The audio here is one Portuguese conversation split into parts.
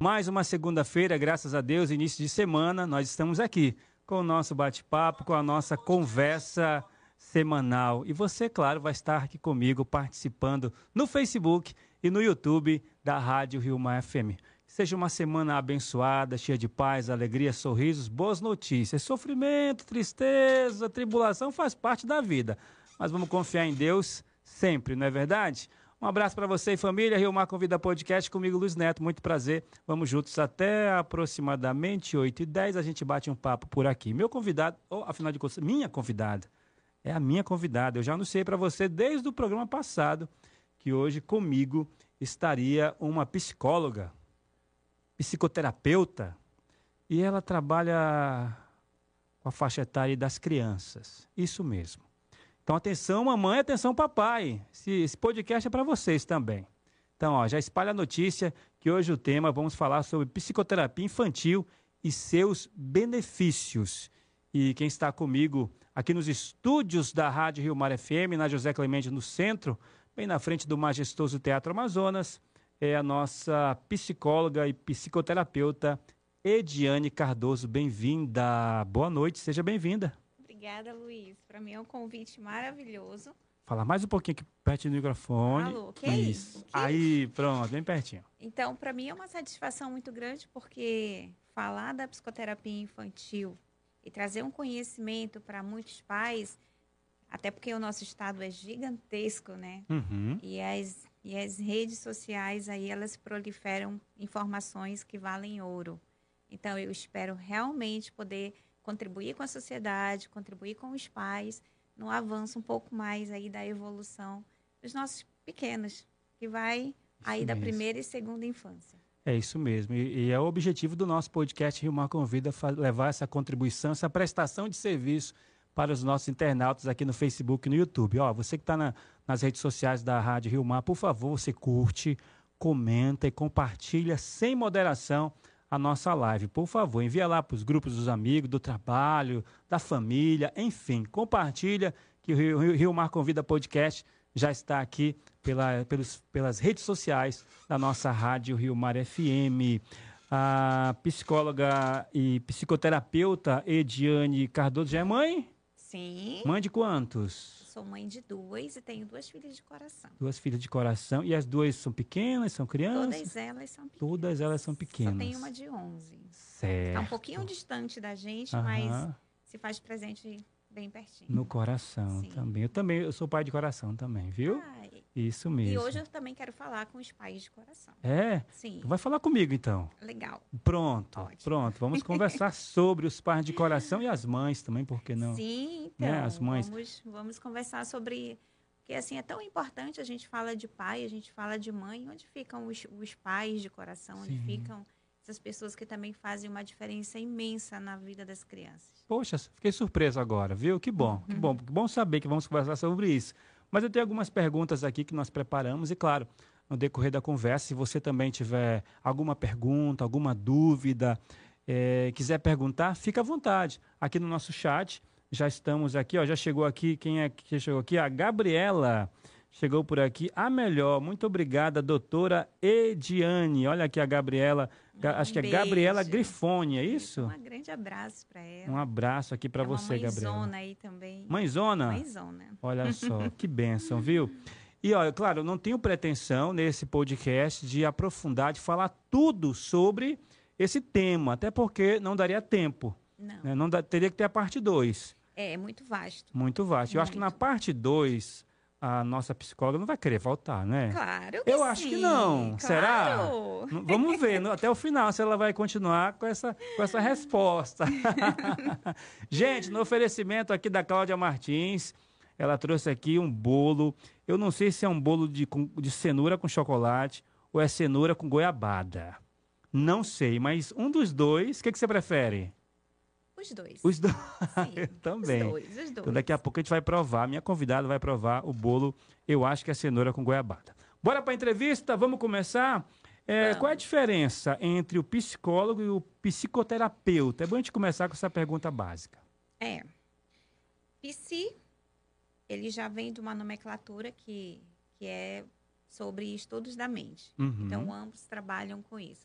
Mais uma segunda-feira, graças a Deus, início de semana, nós estamos aqui com o nosso bate-papo, com a nossa conversa semanal. E você, claro, vai estar aqui comigo participando no Facebook e no YouTube da Rádio Rio Mar FM. Seja uma semana abençoada, cheia de paz, alegria, sorrisos, boas notícias. Sofrimento, tristeza, tribulação faz parte da vida. Mas vamos confiar em Deus sempre, não é verdade? Um abraço para você e família. Rio Mar Convida Podcast comigo, Luiz Neto. Muito prazer. Vamos juntos até aproximadamente 8h10. A gente bate um papo por aqui. Meu convidado, ou afinal de contas, minha convidada, é a minha convidada. Eu já anunciei para você desde o programa passado que hoje comigo estaria uma psicóloga, psicoterapeuta, e ela trabalha com a faixa etária das crianças. Isso mesmo. Então, atenção, mamãe, atenção, papai. Esse podcast é para vocês também. Então, já espalha a notícia que hoje o tema, vamos falar sobre psicoterapia infantil e seus benefícios. E quem está comigo aqui nos estúdios da Rádio Rio Mar FM, na José Clemente, no centro, bem na frente do majestoso Teatro Amazonas, é a nossa psicóloga e psicoterapeuta Ediane Cardoso. Bem-vinda. Boa noite, seja bem-vinda. Obrigada, Luiz. Para mim é um convite maravilhoso. Fala mais um pouquinho aqui perto do microfone. Alô, que isso? Aí, pronto, bem pertinho. Então, para mim é uma satisfação muito grande, porque falar da psicoterapia infantil e trazer um conhecimento para muitos pais, até porque o nosso estado é gigantesco, né? Uhum. E as redes sociais aí, elas proliferam informações que valem ouro. Então, eu espero realmente poder contribuir com a sociedade, contribuir com os pais, no avanço um pouco mais aí da evolução dos nossos pequenos, que vai aí da primeira e segunda infância. É isso mesmo. E é o objetivo do nosso podcast Rio Mar Convida, levar essa contribuição, essa prestação de serviço para os nossos internautas aqui no Facebook e no YouTube. Ó, você que está nas redes sociais da Rádio Rio Mar, por favor, você curte, comenta e compartilha sem moderação a nossa live. Por favor, envia lá para os grupos dos amigos, do trabalho, da família, enfim, compartilha que o Rio Mar Convida Podcast já está aqui pelas redes sociais da nossa Rádio Rio Mar FM. A psicóloga e psicoterapeuta Ediane Cardoso já é mãe? Sim. Mãe de quantos? Sou mãe de 2 e tenho 2 filhas de coração. 2 filhas de coração. E as 2 são pequenas, são crianças? Todas elas são pequenas. Todas elas são pequenas. Só tem uma de 11. Certo. Está um pouquinho distante da gente, mas se faz presente bem pertinho. No coração. Sim. Também. Eu sou pai de coração também, viu? Isso mesmo. E hoje eu também quero falar com os pais de coração. É? Sim. Vai falar comigo, então. Legal. Pronto. Ótimo. Pronto. Vamos conversar sobre os pais de coração e as mães também, por que não? Sim, então. Né? As mães. Vamos conversar sobre... Porque, assim, é tão importante, a gente fala de pai, a gente fala de mãe. Onde ficam os pais de coração? Onde ficam essas pessoas que também fazem uma diferença imensa na vida das crianças? Poxa, fiquei surpreso agora, viu? Que bom, que bom saber que vamos conversar sobre isso. Mas eu tenho algumas perguntas aqui que nós preparamos e, claro, no decorrer da conversa, se você também tiver alguma pergunta, alguma dúvida, quiser perguntar, fica à vontade. Aqui no nosso chat, já estamos aqui, ó, já chegou aqui, quem é que chegou aqui? A Gabriela chegou por aqui. A melhor, muito obrigada, doutora Ediane. Olha aqui a Gabriela, acho que é Gabriela Grifone, é isso? Um grande abraço para ela. Um abraço aqui para você, Gabriela. Mãezona aí também. Mãezona? Mãezona. Olha só, que bênção, viu? E, olha, claro, eu não tenho pretensão nesse podcast de aprofundar, de falar tudo sobre esse tema, até porque não daria tempo. Não. Né? Teria que ter a parte 2. É muito vasto. Muito vasto. Eu acho que na parte 2, a nossa psicóloga não vai querer voltar, né? Claro que Eu acho que não. Claro. Será? Vamos ver até o final se ela vai continuar com essa resposta. Gente, no oferecimento aqui da Cláudia Martins, ela trouxe aqui um bolo. Eu não sei se é um bolo de cenoura com chocolate ou é cenoura com goiabada. Não sei, mas um dos dois, o que você prefere? Os dois. Os dois. Sim, Eu também. Os dois. Então daqui a pouco a gente vai provar, minha convidada vai provar o bolo, eu acho que é cenoura com goiabada. Bora para a entrevista, vamos começar? Qual é a diferença entre o psicólogo e o psicoterapeuta? É bom a gente começar com essa pergunta básica. Psi, ele já vem de uma nomenclatura que é sobre estudos da mente. Uhum. Então, ambos trabalham com isso.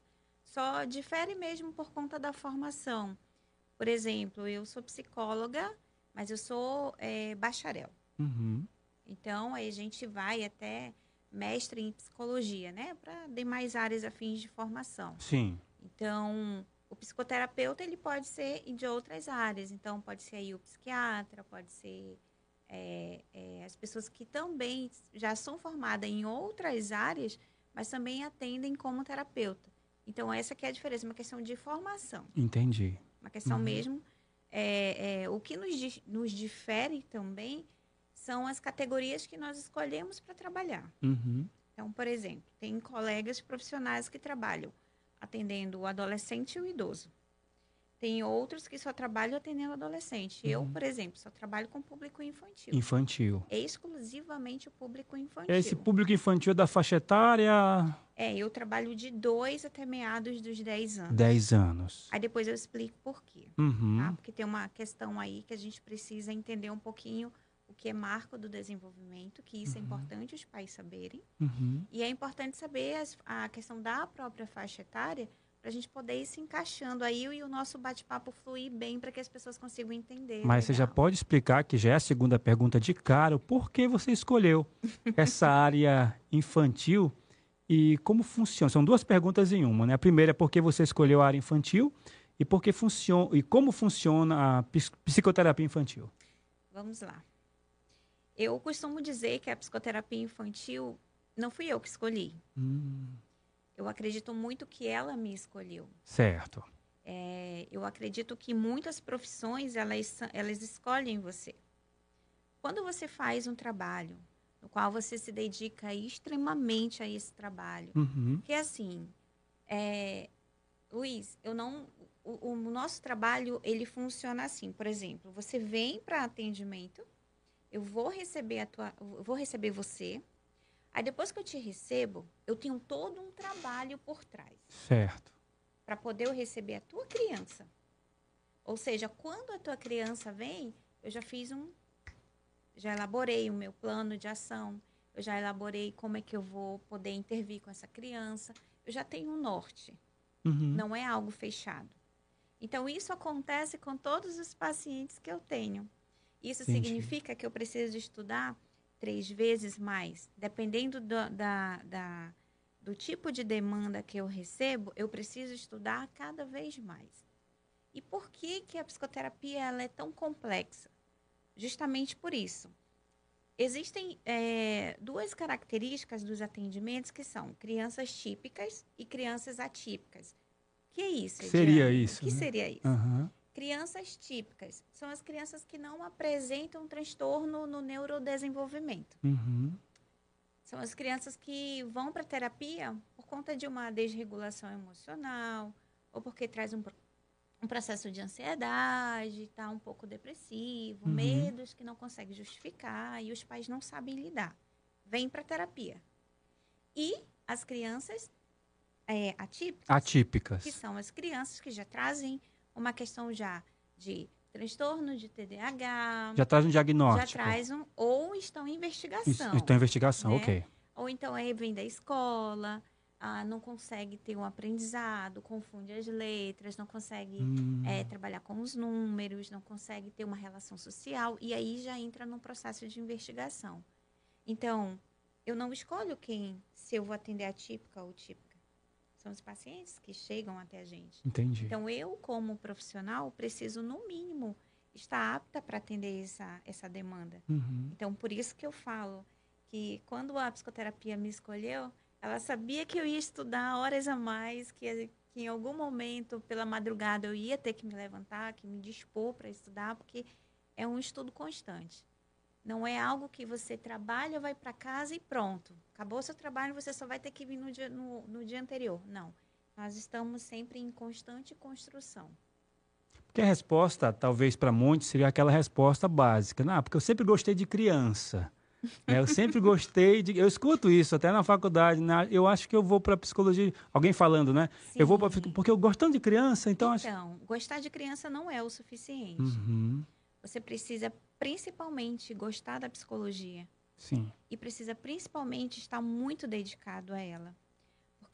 Só difere mesmo por conta da formação. Por exemplo, eu sou psicóloga, mas eu sou bacharel. Uhum. Então, aí a gente vai até mestre em psicologia, né? Para demais áreas afins de formação. Sim. Então, o psicoterapeuta, ele pode ser de outras áreas. Então, pode ser aí o psiquiatra, pode ser as pessoas que também já são formadas em outras áreas, mas também atendem como terapeuta. Então, essa que é a diferença, uma questão de formação. Entendi. Uma questão mesmo. O que nos difere também são as categorias que nós escolhemos para trabalhar. Uhum. Então, por exemplo, tem colegas profissionais que trabalham atendendo o adolescente e o idoso. Tem outros que só trabalham atendendo o adolescente. Eu, por exemplo, só trabalho com público infantil. Infantil. Exclusivamente o público infantil. Esse público infantil da faixa etária? Eu trabalho de 2 até meados dos 10 anos. 10 anos. Aí depois eu explico por quê. Uhum. Tá? Porque tem uma questão aí que a gente precisa entender um pouquinho o que é marco do desenvolvimento, que isso é importante os pais saberem. Uhum. E é importante saber a questão da própria faixa etária para a gente poder ir se encaixando aí e o nosso bate-papo fluir bem para que as pessoas consigam entender. Mas você já pode explicar, que já é a segunda pergunta de cara, o porquê você escolheu essa área infantil e como funciona? São duas perguntas em uma, né? A primeira é por que você escolheu a área infantil e como funciona a psicoterapia infantil. Vamos lá. Eu costumo dizer que a psicoterapia infantil não fui eu que escolhi. Eu acredito muito que ela me escolheu. Certo. Eu acredito que muitas profissões, elas escolhem você. Quando você faz um trabalho no qual você se dedica extremamente a esse trabalho, porque assim, Luiz, o nosso trabalho, ele funciona assim. Por exemplo, você vem para atendimento, eu vou receber você. Aí depois que eu te recebo, eu tenho todo um trabalho por trás. Certo. Para poder eu receber a tua criança. Ou seja, quando a tua criança vem, eu já elaborei o meu plano de ação, eu já elaborei como é que eu vou poder intervir com essa criança, eu já tenho um norte. Não é algo fechado. Então, isso acontece com todos os pacientes que eu tenho. Isso significa que eu preciso estudar 3 vezes mais. Dependendo do tipo de demanda que eu recebo, eu preciso estudar cada vez mais. E por que a psicoterapia ela é tão complexa? Justamente por isso. Existem 2 características dos atendimentos que são crianças típicas e crianças atípicas. Que é isso, Ediane? Seria isso. O que seria isso? Uhum. Crianças típicas são as crianças que não apresentam transtorno no neurodesenvolvimento. São as crianças que vão para a terapia por conta de uma desregulação emocional ou porque traz um processo de ansiedade, está um pouco depressivo, medos que não consegue justificar e os pais não sabem lidar. Vêm para a terapia. E as crianças atípicas, que são as crianças que já trazem uma questão já de transtorno de TDAH. Já traz um diagnóstico. Já traz ou estão em investigação. Estão em investigação, né? ok. Ou então vem da escola, não consegue ter um aprendizado, confunde as letras, não consegue trabalhar com os números, não consegue ter uma relação social, e aí já entra num processo de investigação. Então, eu não escolho se eu vou atender atípica ou típica. São os pacientes que chegam até a gente. Entendi. Então, eu, como profissional, preciso, no mínimo, estar apta para atender essa demanda. Então, por isso que eu falo que quando a psicoterapia me escolheu, ela sabia que eu ia estudar horas a mais, que em algum momento, pela madrugada, eu ia ter que me levantar, que me dispor para estudar, porque é um estudo constante. Não é algo que você trabalha, vai para casa e pronto. Acabou o seu trabalho, você só vai ter que vir no dia anterior. Não. Nós estamos sempre em constante construção. Porque a resposta, talvez para muitos, seria aquela resposta básica. Não, porque eu sempre gostei de criança. Eu sempre gostei de... Eu escuto isso até na faculdade. Eu acho que eu vou para psicologia... Alguém falando, né? Sim. Eu vou para... Porque eu gosto tanto de criança, então... Gostar de criança não é o suficiente. Você precisa, principalmente, gostar da psicologia. Sim. E precisa, principalmente, estar muito dedicado a ela.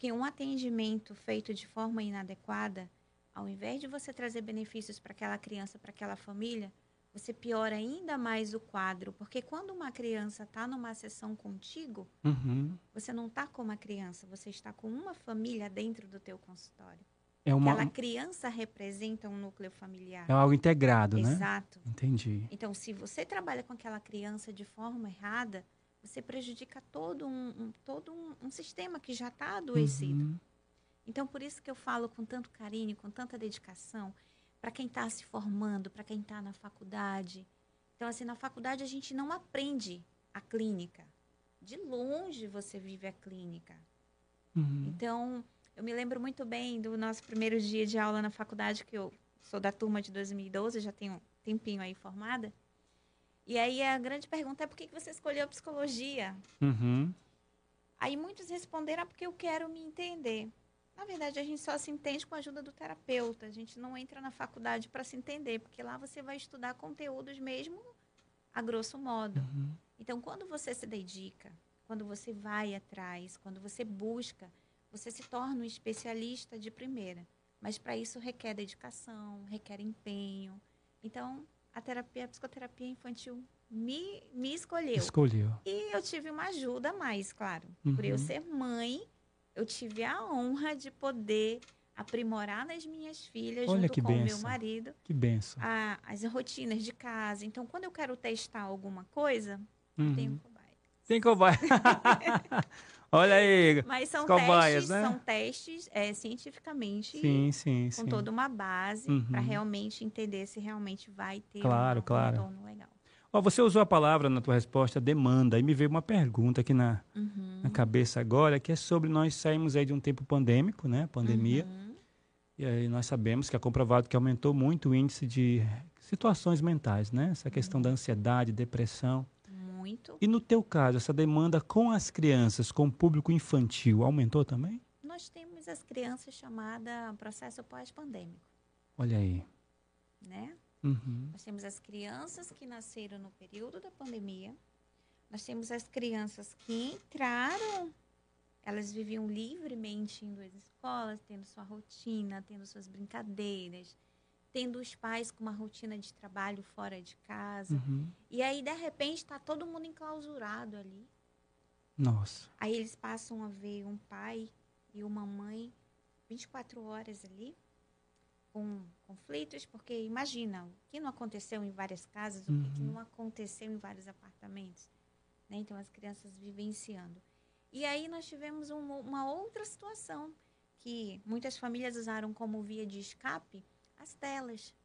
Porque um atendimento feito de forma inadequada, ao invés de você trazer benefícios para aquela criança, para aquela família, você piora ainda mais o quadro. Porque quando uma criança está numa sessão contigo, Uhum. você não está com uma criança, você está com uma família dentro do teu consultório. É Aquela criança representa um núcleo familiar. é algo integrado, né? Exato. Entendi. Então, se você trabalha com aquela criança de forma errada, você prejudica todo um sistema que já está adoecido. Uhum. Então, por isso que eu falo com tanto carinho, com tanta dedicação, para quem está se formando, para quem está na faculdade. Então, assim, na faculdade a gente não aprende a clínica. De longe você vive a clínica. Uhum. Então, eu me lembro muito bem do nosso primeiro dia de aula na faculdade, que eu sou da turma de 2012, já tenho um tempinho aí formada. E aí a grande pergunta é por que você escolheu psicologia? Uhum. Aí muitos responderam, porque eu quero me entender. Na verdade, a gente só se entende com a ajuda do terapeuta. A gente não entra na faculdade para se entender, porque lá você vai estudar conteúdos mesmo a grosso modo. Uhum. Então, quando você se dedica, quando você vai atrás, quando você busca, você se torna um especialista de primeira. Mas para isso requer dedicação, requer empenho. Então, a psicoterapia infantil me escolheu. Escolheu. E eu tive uma ajuda a mais, claro. Por eu Uhum. ser mãe, eu tive a honra de poder aprimorar nas minhas filhas, Olha junto que com o meu bênção. marido, Que benção. as rotinas de casa. Então, quando eu quero testar alguma coisa, eu tenho Uhum. cobaia. Tem cobaia. Olha aí, Mas as cobaias, né? são testes cientificamente, Sim, sim, com sim. toda uma base, Uhum. para realmente entender se realmente vai ter Claro, um claro. retorno legal. Ó, você usou a palavra na tua resposta, demanda, e me veio uma pergunta aqui na Uhum. cabeça agora, que é sobre nós saímos aí de um tempo pandêmico, né? Pandemia. Uhum. E aí nós sabemos que é comprovado que aumentou muito o índice de situações mentais, né? Essa questão da ansiedade, depressão. Muito. E no teu caso, essa demanda com as crianças, com o público infantil, aumentou também? Nós temos as crianças chamada processo pós-pandêmico, Olha aí. né? Uhum. Nós temos as crianças que nasceram no período da pandemia. Nós temos as crianças que entraram, elas viviam livremente indo às escolas, tendo sua rotina, tendo suas brincadeiras, tendo os pais com uma rotina de trabalho fora de casa. Uhum. E aí, de repente, está todo mundo enclausurado ali. Nossa. Aí eles passam a ver um pai e uma mãe 24 horas ali, com conflitos, porque imagina, o que não aconteceu em várias casas, o que não aconteceu em vários apartamentos. Né? Então, as crianças vivenciando. E aí nós tivemos uma outra situação, que muitas famílias usaram como via de escape as telas.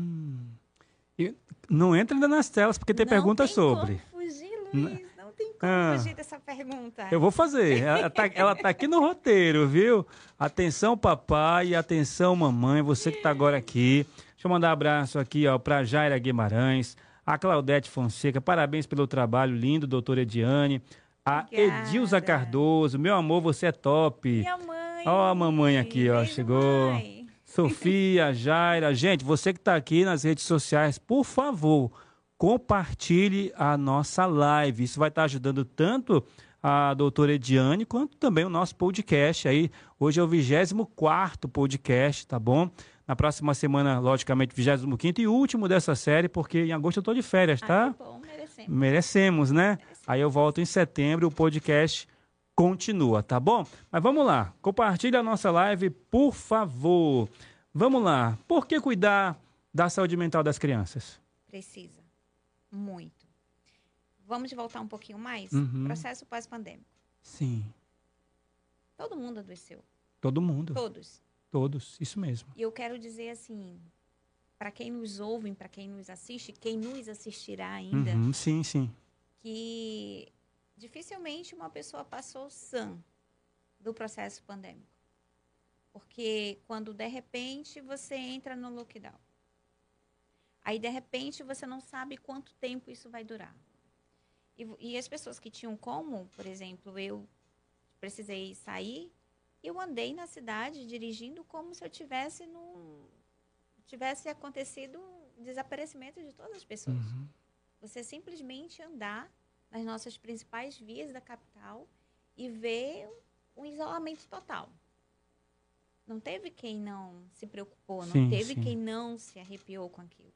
E não entra ainda nas telas, porque tem perguntas sobre. Não tem como fugir, Luiz. Não tem como fugir dessa pergunta. Eu vou fazer. Ela tá aqui no roteiro, viu? Atenção, papai, atenção, mamãe, você que está agora aqui. Deixa eu mandar um abraço aqui, ó, para Jaira Guimarães, a Claudete Fonseca, parabéns pelo trabalho lindo, doutora Ediane. A Obrigada. Edilza Cardoso, meu amor, você é top. Minha mãe. Ó a mamãe aqui, ó, Beijo, chegou. mãe. Sofia, Jaira. Gente, você que está aqui nas redes sociais, por favor, compartilhe a nossa live. Isso vai estar ajudando tanto a doutora Ediane, quanto também o nosso podcast aí. Hoje é o 24º podcast, tá bom? Na próxima semana, logicamente, 25º e último dessa série, porque em agosto eu estou de férias, tá? Que bom, merecemos. Merecemos, né? Aí eu volto em setembro, o podcast continua, tá bom? Mas vamos lá, compartilha a nossa live, por favor. Vamos lá, por que cuidar da saúde mental das crianças? Precisa, muito. Vamos voltar um pouquinho mais? Processo pós-pandêmico. Sim. Todo mundo adoeceu. Todo mundo. Todos, isso mesmo. E eu quero dizer assim, para quem nos ouve, para quem nos assiste, quem nos assistirá ainda, Sim, sim. que dificilmente uma pessoa passou sã do processo pandêmico. Porque quando, de repente, você entra no lockdown, aí, de repente, você não sabe quanto tempo isso vai durar. E as pessoas que tinham como, por exemplo, eu precisei sair, eu andei na cidade dirigindo como se eu tivesse acontecido o desaparecimento de todas as pessoas. Você simplesmente andar nas nossas principais vias da capital e ver um isolamento total. Não teve quem não se preocupou, não Sim, teve sim. quem não se arrepiou com aquilo.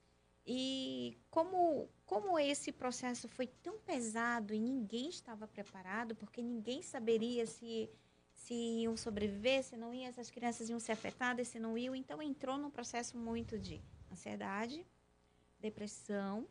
E como esse processo foi tão pesado e ninguém estava preparado, porque ninguém saberia se iam sobreviver, se não iam, essas crianças iam ser afetadas, se não iam. Então, entrou num processo muito de ansiedade, depressão.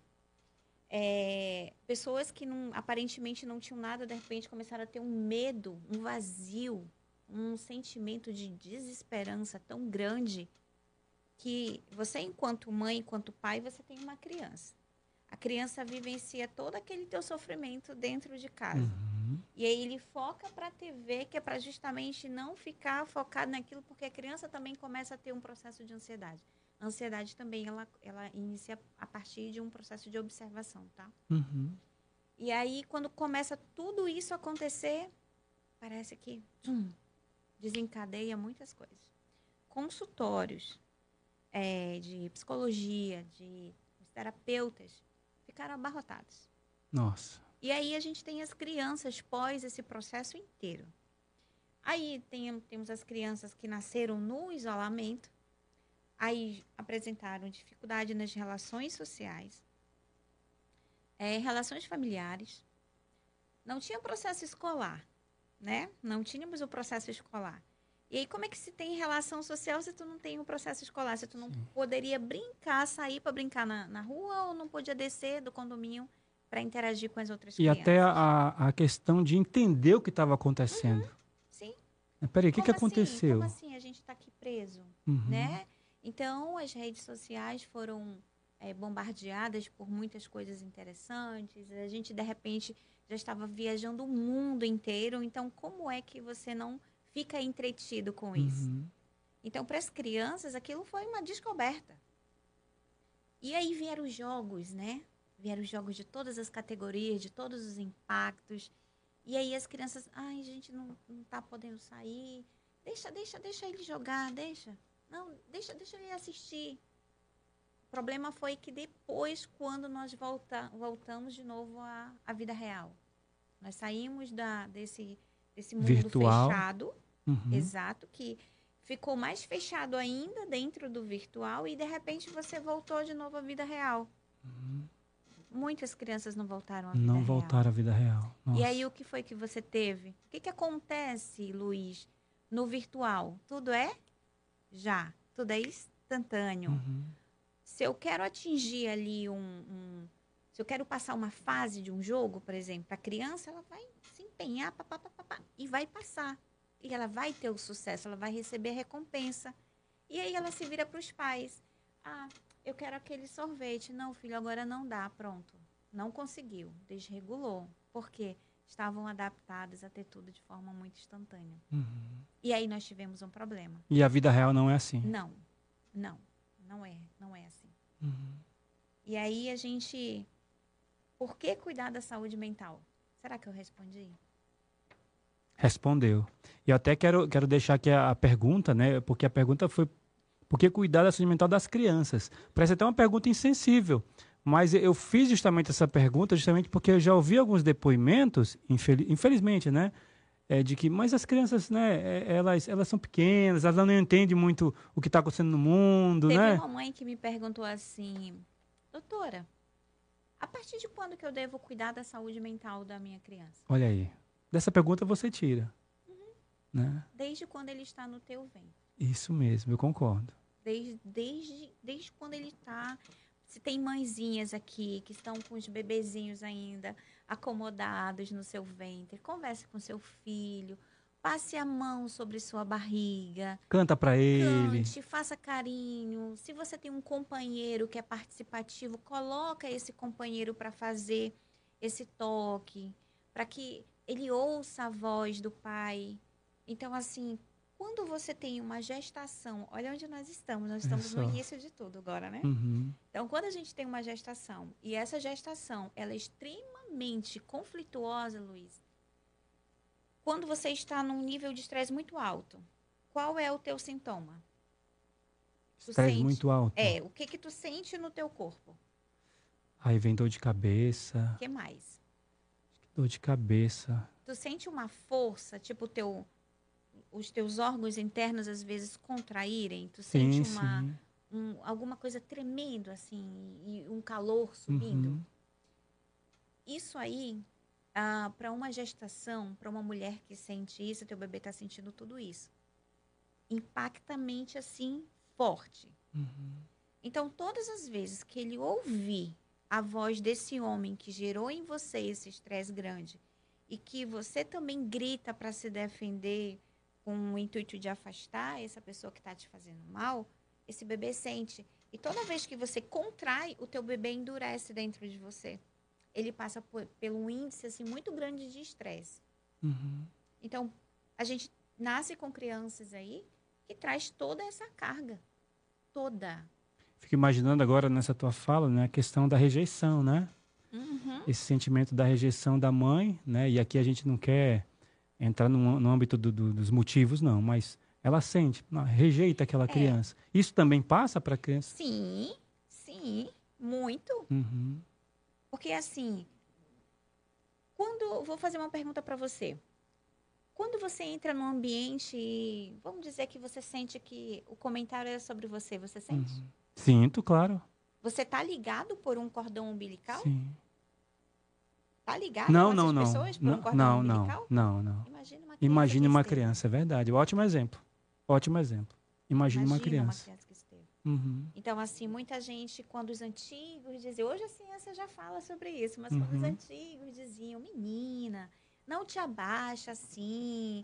Pessoas que aparentemente não tinham nada, de repente começaram a ter um medo, um vazio, um sentimento de desesperança tão grande que você, enquanto mãe, enquanto pai, você tem uma criança. A criança vivencia todo aquele teu sofrimento dentro de casa. Uhum. E aí ele foca para a TV, que é para justamente não ficar focado naquilo, porque a criança também começa a ter um processo de ansiedade. A ansiedade também, ela inicia a partir de um processo de observação, tá? Uhum. E aí, quando começa tudo isso a acontecer, parece que desencadeia muitas coisas. Consultórios de psicologia, de terapeutas, ficaram abarrotados. Nossa. E aí a gente tem as crianças pós esse processo inteiro. Aí temos as crianças que nasceram no isolamento, aí apresentaram dificuldade nas relações sociais, relações familiares. Não tinha processo escolar, né? Não tínhamos o processo escolar. E aí, como é que se tem relação social se tu não tem um processo escolar? Se tu não poderia brincar, sair para brincar na rua, ou não podia descer do condomínio para interagir com as outras crianças? E até a questão de entender o que estava acontecendo. Sim. Peraí, o que aconteceu? Como assim a gente está aqui preso, né? Então, as redes sociais foram bombardeadas por muitas coisas interessantes. A gente, de repente, já estava viajando o mundo inteiro. Então, como é que você não fica entretido com isso? Então, para as crianças, aquilo foi uma descoberta. E aí vieram os jogos, né? Vieram os jogos de todas as categorias, de todos os impactos. E aí as crianças, ai, gente, não tá podendo sair. Deixa ele jogar, deixa. Não, deixa ele assistir. O problema foi que depois, quando nós voltamos de novo à vida real, nós saímos desse mundo virtual. Fechado, exato, que ficou mais fechado ainda dentro do virtual e, de repente, você voltou de novo à vida real. Muitas crianças não voltaram à vida real. Não voltaram à vida real. Nossa. E aí, o que foi que você teve? O que acontece, Luiz, no virtual? Tudo é tudo é instantâneo. Se eu quero atingir ali se eu quero passar uma fase de um jogo, por exemplo, a criança, ela vai se empenhar, e vai passar. E ela vai ter o sucesso, ela vai receber a recompensa. E aí ela se vira para os pais. Ah, eu quero aquele sorvete. Não, filho, agora não dá, pronto. Não conseguiu, desregulou. Por quê? Estavam adaptadas a ter tudo de forma muito instantânea. E aí nós tivemos um problema. E a vida real não é assim? Não é assim. E aí a gente... Por que cuidar da saúde mental? Será que eu respondi? Respondeu. E eu até quero deixar aqui a pergunta, né? Porque a pergunta foi: por que cuidar da saúde mental das crianças? Parece até uma pergunta insensível. Mas eu fiz justamente essa pergunta justamente porque eu já ouvi alguns depoimentos, infelizmente, né? De que, mas as crianças, né? Elas são pequenas, elas não entendem muito o que está acontecendo no mundo, né? Teve uma mãe que me perguntou assim: doutora, a partir de quando que eu devo cuidar da saúde mental da minha criança? Olha aí. Dessa pergunta você tira. Né? Desde quando ele está no teu ventre. Isso mesmo, eu concordo. Desde quando ele está... Se tem mãezinhas aqui que estão com os bebezinhos ainda acomodados no seu ventre, converse com seu filho, passe a mão sobre sua barriga. Canta para ele. Cante, faça carinho. Se você tem um companheiro que é participativo, coloca esse companheiro para fazer esse toque, para que ele ouça a voz do pai. Então, assim, quando você tem uma gestação, olha onde nós estamos no início de tudo agora, né? Então, quando a gente tem uma gestação, e essa gestação, ela é extremamente conflituosa, Luiz, quando você está num nível de estresse muito alto, qual é o teu sintoma? Estresse muito alto. O que tu sente no teu corpo? Aí vem dor de cabeça. O que mais? Dor de cabeça. Tu sente uma força, tipo os teus órgãos internos às vezes contraírem? Tu sente Sim, sim. alguma coisa tremendo, assim, e um calor subindo? Uhum. Isso aí, para uma gestação, para uma mulher que sente isso, teu bebê está sentindo tudo isso. Impacta a mente, assim, forte. Uhum. Então, todas as vezes que ele ouvir a voz desse homem que gerou em você esse estresse grande e que você também grita para se defender com o intuito de afastar essa pessoa que está te fazendo mal, esse bebê sente. E toda vez que você contrai, o teu bebê endurece dentro de você. Ele passa pelo índice assim, muito grande de estresse. Uhum. Então, a gente nasce com crianças aí que traz toda essa carga. Toda. Fico imaginando agora nessa tua fala, né, a questão da rejeição, né? Uhum. Esse sentimento da rejeição da mãe, né? E aqui a gente não quer entrar no âmbito dos motivos, não, mas ela sente, não, rejeita aquela É. criança. Isso também passa para a criança? Sim, sim, muito. Uhum. Porque assim, vou fazer uma pergunta para você. Quando você entra num ambiente e vamos dizer que você sente que o comentário é sobre você, você sente? Uhum. Sinto, claro. Você tá ligado por um cordão umbilical? Sim. Tá ligado com Não, não, essas não. pessoas por um Não, cordão não, não, umbilical? não, não. Imagina uma criança que Imagine uma esteve. criança, é verdade. Ótimo exemplo. Ótimo exemplo. Imagine uma Imagina uma criança. criança que esteve. Uhum. Então, assim, muita gente, quando os antigos diziam, hoje a ciência já fala sobre isso, mas quando os Uhum. antigos diziam, menina, não te abaixa assim,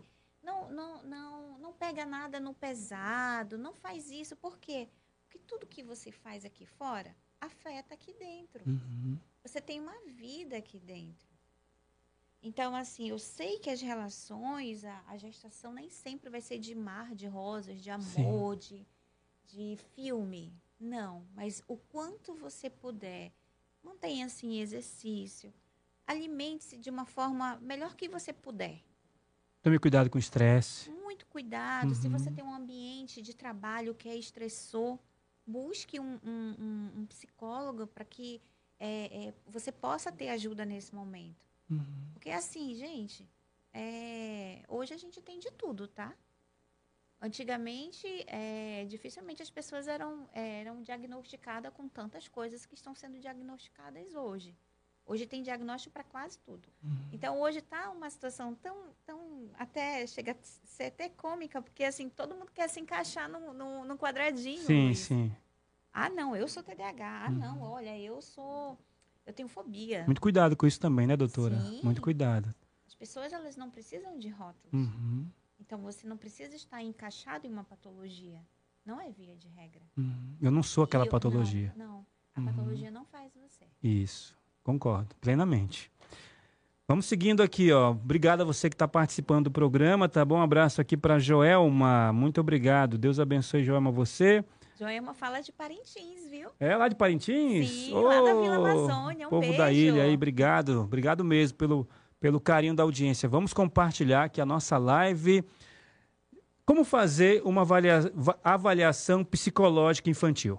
não pega nada no pesado, não faz isso, por quê? Porque tudo que você faz aqui fora afeta aqui dentro. Uhum. Você tem uma vida aqui dentro. Então, assim, eu sei que as relações, a gestação nem sempre vai ser de mar, de rosas, de Sim. amor, de filme. Não, mas o quanto você puder, mantenha assim exercício, alimente-se de uma forma melhor que você puder. Tome cuidado com o estresse. Muito cuidado. Se você Uhum. tem um ambiente de trabalho que é estressor, busque um psicólogo para que você possa ter ajuda nesse momento. Uhum. Porque assim, gente, hoje a gente tem de tudo, tá? Antigamente, dificilmente as pessoas eram diagnosticadas com tantas coisas que estão sendo diagnosticadas hoje. Hoje tem diagnóstico para quase tudo. Uhum. Então, hoje está uma situação tão até chega a ser até cômica, porque assim, todo mundo quer se encaixar no quadradinho, Sim, Luiz. sim. Ah, não, eu sou TDAH. Ah, não, Uhum. olha, eu tenho fobia. Muito cuidado com isso também, né, doutora? Muito Sim, cuidado. as pessoas elas não precisam de rótulos. Uhum. Então, você não precisa estar encaixado em uma patologia. Não é via de regra. Uhum. Eu não sou aquela patologia. Não. A Uhum. patologia não faz você. Isso. Concordo, plenamente. Vamos seguindo aqui, ó. Obrigado a você que está participando do programa, tá bom? Um abraço aqui para Joelma. Muito obrigado. Deus abençoe, Joelma, você. Joelma fala de Parintins, viu? É lá de Parintins? Sim, lá da Vila Ô, Amazônia. Um povo da beijo. ilha aí, obrigado. Obrigado mesmo pelo carinho da audiência. Vamos compartilhar aqui a nossa live. Como fazer uma avaliação psicológica infantil?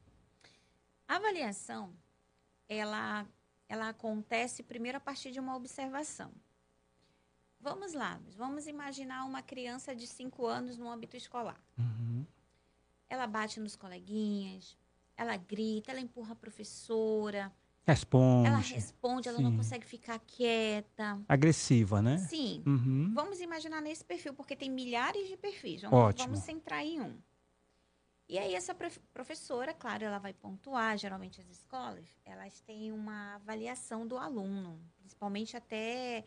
A avaliação, ela acontece primeiro a partir de uma observação. Vamos lá, vamos imaginar uma criança de 5 anos no âmbito escolar. Uhum. Ela bate nos coleguinhas, ela grita, ela empurra a professora, Responde. ela responde, ela não consegue ficar quieta. Agressiva, né? Sim. Uhum. Vamos imaginar nesse perfil, porque tem milhares de perfis. Ótimo. Vamos centrar em um. E aí essa professora, claro, ela vai pontuar. Geralmente as escolas, elas têm uma avaliação do aluno. Principalmente até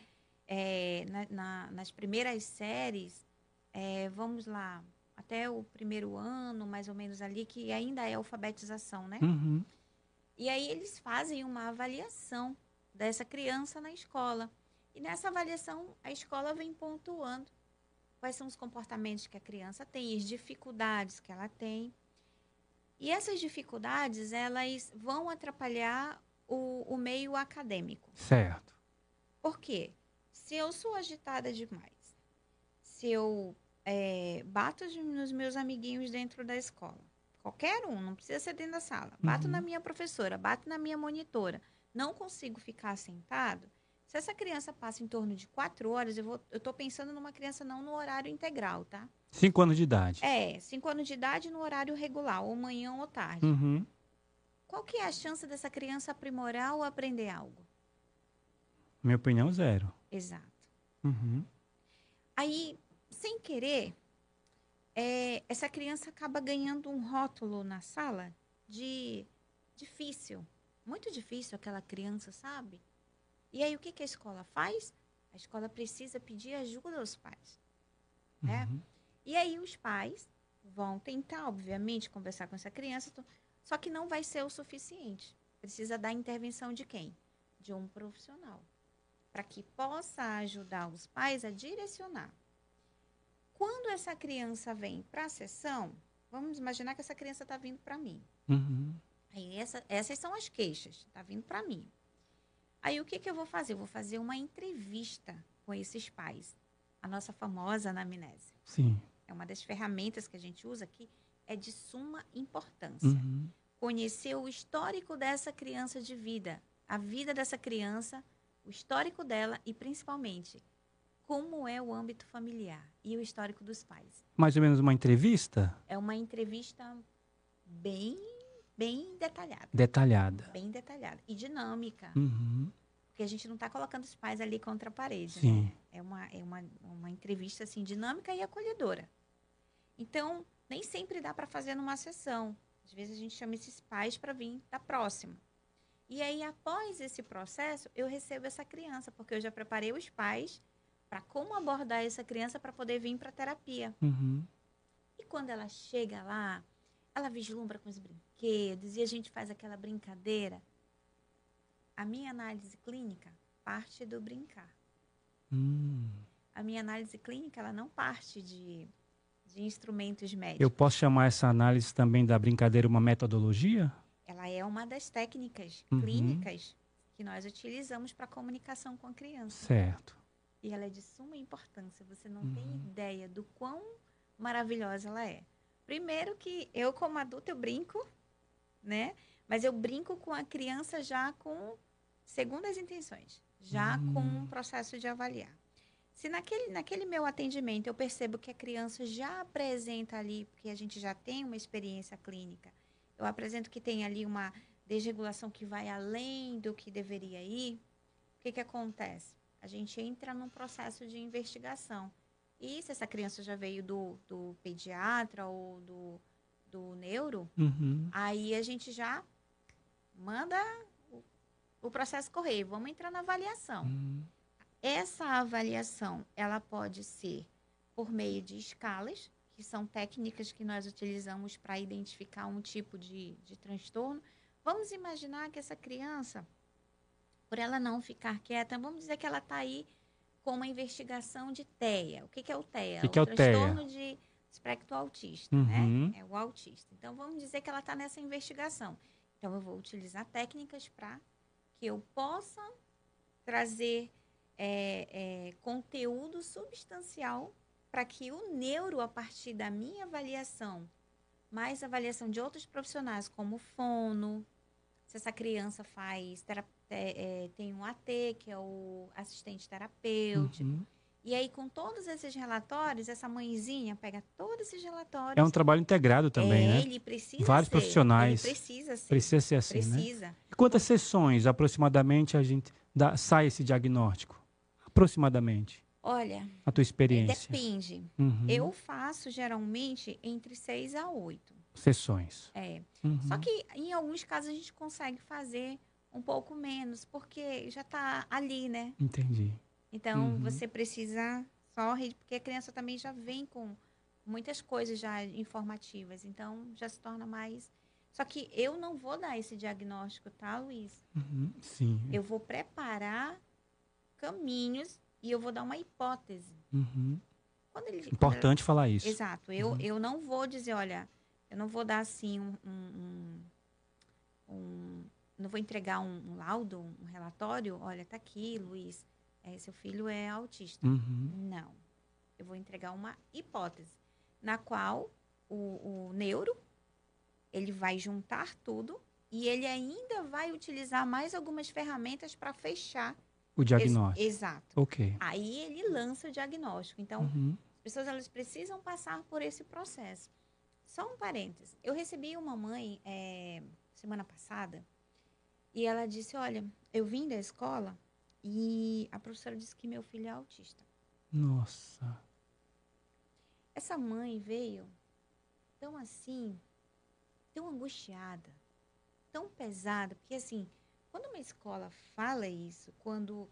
nas primeiras séries. Vamos lá, até o primeiro ano, mais ou menos ali, que ainda é alfabetização, né? Uhum. E aí eles fazem uma avaliação dessa criança na escola. E nessa avaliação, a escola vem pontuando quais são os comportamentos que a criança tem, as dificuldades que ela tem. E essas dificuldades, elas vão atrapalhar o meio acadêmico. Certo. Por quê? Se eu sou agitada demais, se eu bato nos meus amiguinhos dentro da escola, qualquer um, não precisa ser dentro da sala, bato na minha professora, bato na minha monitora, não consigo ficar sentado, Se essa criança passa em torno de 4 horas, eu estou pensando numa criança não no horário integral, tá? 5 anos de idade. 5 anos de idade no horário regular, ou manhã ou tarde. Uhum. Qual que é a chance dessa criança aprimorar ou aprender algo? Minha opinião, 0. Exato. Uhum. Aí, sem querer, essa criança acaba ganhando um rótulo na sala de difícil. Muito difícil aquela criança, sabe? E aí, o que a escola faz? A escola precisa pedir ajuda aos pais, né? Uhum. E aí, os pais vão tentar, obviamente, conversar com essa criança, só que não vai ser o suficiente. Precisa da intervenção de quem? De um profissional, para que possa ajudar os pais a direcionar. Quando essa criança vem para a sessão, vamos imaginar que essa criança está vindo para mim. Uhum. Aí essas são as queixas, está vindo para mim. Aí o que eu vou fazer? Eu vou fazer uma entrevista com esses pais. A nossa famosa anamnese. Sim. É uma das ferramentas que a gente usa aqui, é de suma importância. Uhum. Conhecer o histórico dessa criança de vida, a vida dessa criança, o histórico dela e, principalmente, como é o âmbito familiar e o histórico dos pais. Mais ou menos uma entrevista? É uma entrevista bem detalhada. Detalhada. Bem detalhada. E dinâmica. Uhum. Porque a gente não está colocando os pais ali contra a parede. Sim. Né? É uma entrevista assim, dinâmica e acolhedora. Então, nem sempre dá para fazer numa sessão. Às vezes a gente chama esses pais para vir da próxima. E aí, após esse processo, eu recebo essa criança, porque eu já preparei os pais para como abordar essa criança para poder vir para a terapia. Uhum. E quando ela chega lá, ela vislumbra com os brinquedos e a gente faz aquela brincadeira. A minha análise clínica parte do brincar. A minha análise clínica, ela não parte de instrumentos médicos. Eu posso chamar essa análise também da brincadeira uma metodologia? Ela é uma das técnicas Uhum. clínicas que nós utilizamos para comunicação com a criança. Certo. E ela é de suma importância. Você não tem ideia do quão maravilhosa ela é. Primeiro que eu, como adulta, eu brinco, né? Mas eu brinco com a criança já com segundas intenções. Já com um processo de avaliar. Se naquele meu atendimento eu percebo que a criança já apresenta ali, porque a gente já tem uma experiência clínica, eu apresento que tem ali uma desregulação que vai além do que deveria ir, o que acontece? A gente entra num processo de investigação. E se essa criança já veio do pediatra ou do neuro, aí a gente já manda o processo correr. Vamos entrar na avaliação. Essa avaliação, ela pode ser por meio de escalas, que são técnicas que nós utilizamos para identificar um tipo de transtorno. Vamos imaginar que essa criança, por ela não ficar quieta, vamos dizer que ela está aí com uma investigação de TEA. O que é o TEA? O que é o transtorno de espectro autista, né? É o autista. Então, vamos dizer que ela está nessa investigação. Então, eu vou utilizar técnicas para que eu possa trazer conteúdo substancial para que o neuro, a partir da minha avaliação, mais avaliação de outros profissionais, como fono, se essa criança tem um AT, que é o assistente terapêutico. E aí, com todos esses relatórios, essa mãezinha pega todos esses relatórios. É um trabalho integrado também, né? Ele precisa Vários ser. profissionais. Ele precisa ser. Precisa ser assim, Precisa. né? E quantas sessões, aproximadamente, a gente sai esse diagnóstico? Aproximadamente. Olha, a tua experiência. Depende. Eu faço, geralmente, entre 6 a 8. Sessões. Só que, em alguns casos, a gente consegue fazer um pouco menos, porque já está ali, né? Entendi. Então, você precisa só... Porque a criança também já vem com muitas coisas já informativas. Então, já se torna mais... Só que eu não vou dar esse diagnóstico, tá, Luiz? Sim. Eu vou preparar caminhos e eu vou dar uma hipótese. Importante falar isso. Exato. Eu não vou dizer, olha... Eu não vou dar, assim, não vou entregar um laudo, um relatório. Olha, tá aqui, Luiz, seu filho é autista. Não. Eu vou entregar uma hipótese, na qual o neuro, ele vai juntar tudo e ele ainda vai utilizar mais algumas ferramentas para fechar O diagnóstico. Exato. Ok. Aí ele lança o diagnóstico. Então, as pessoas elas precisam passar por esse processo. Só um parênteses. Eu recebi uma mãe semana passada e ela disse, olha, eu vim da escola e a professora disse que meu filho é autista. Nossa. Essa mãe veio tão assim, tão angustiada, tão pesada, porque assim, quando uma escola fala isso, quando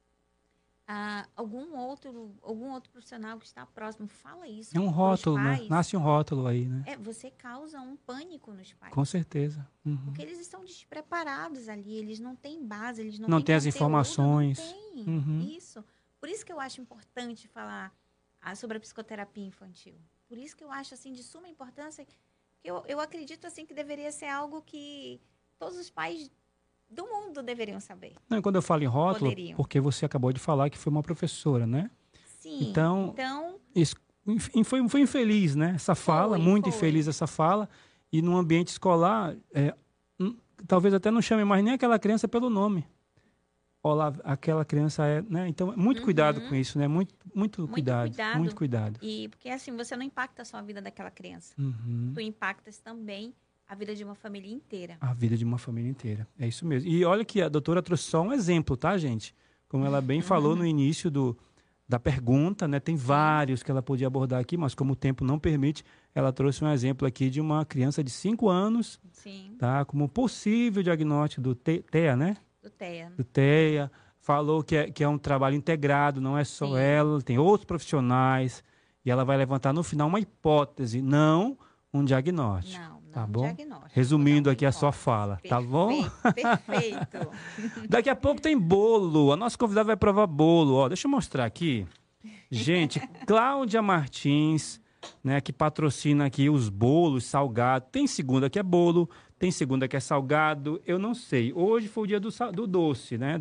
algum outro profissional que está próximo fala isso É um pros rótulo, né? pais, Nasce um rótulo aí, né? você causa um pânico nos pais. Com certeza. Porque eles estão despreparados ali, eles não têm base, eles não Não têm tem as conteúdo, informações. Não tem isso. Por isso que eu acho importante falar sobre a psicoterapia infantil. Por isso que eu acho assim de suma importância, que eu acredito assim que deveria ser algo que todos os pais do mundo deveriam saber. Não, e quando eu falo em rótulo, Poderiam. porque você acabou de falar que foi uma professora, né? Sim. Então isso, foi infeliz, né? Essa fala, muito infeliz essa fala. E num ambiente escolar, talvez até não chame mais nem aquela criança pelo nome. Olá, aquela criança né? Então, muito cuidado com isso, né? Muito cuidado. Muito cuidado. E porque assim, você não impacta só a vida daquela criança. Tu impactas também a vida de uma família inteira. A vida de uma família inteira. É isso mesmo. E olha que a doutora trouxe só um exemplo, tá, gente? Como ela bem falou no início da pergunta, né? Tem vários que ela podia abordar aqui, mas como o tempo não permite, ela trouxe um exemplo aqui de uma criança de 5 anos, tá? Como possível diagnóstico do TEA, né? Do TEA. Falou que é um trabalho integrado, não é só ela, tem outros profissionais, e ela vai levantar no final uma hipótese, não um diagnóstico. Não, tá um bom? Diagnóstico. Resumindo aqui a sua fala, tá bom? Perfeito. Daqui a pouco tem bolo. A nossa convidada vai provar bolo. Ó, deixa eu mostrar aqui. Gente, Cláudia Martins, né, que patrocina aqui os bolos salgados. Tem segunda que é bolo, tem segunda que é salgado. Eu não sei. Hoje foi o dia do doce, né?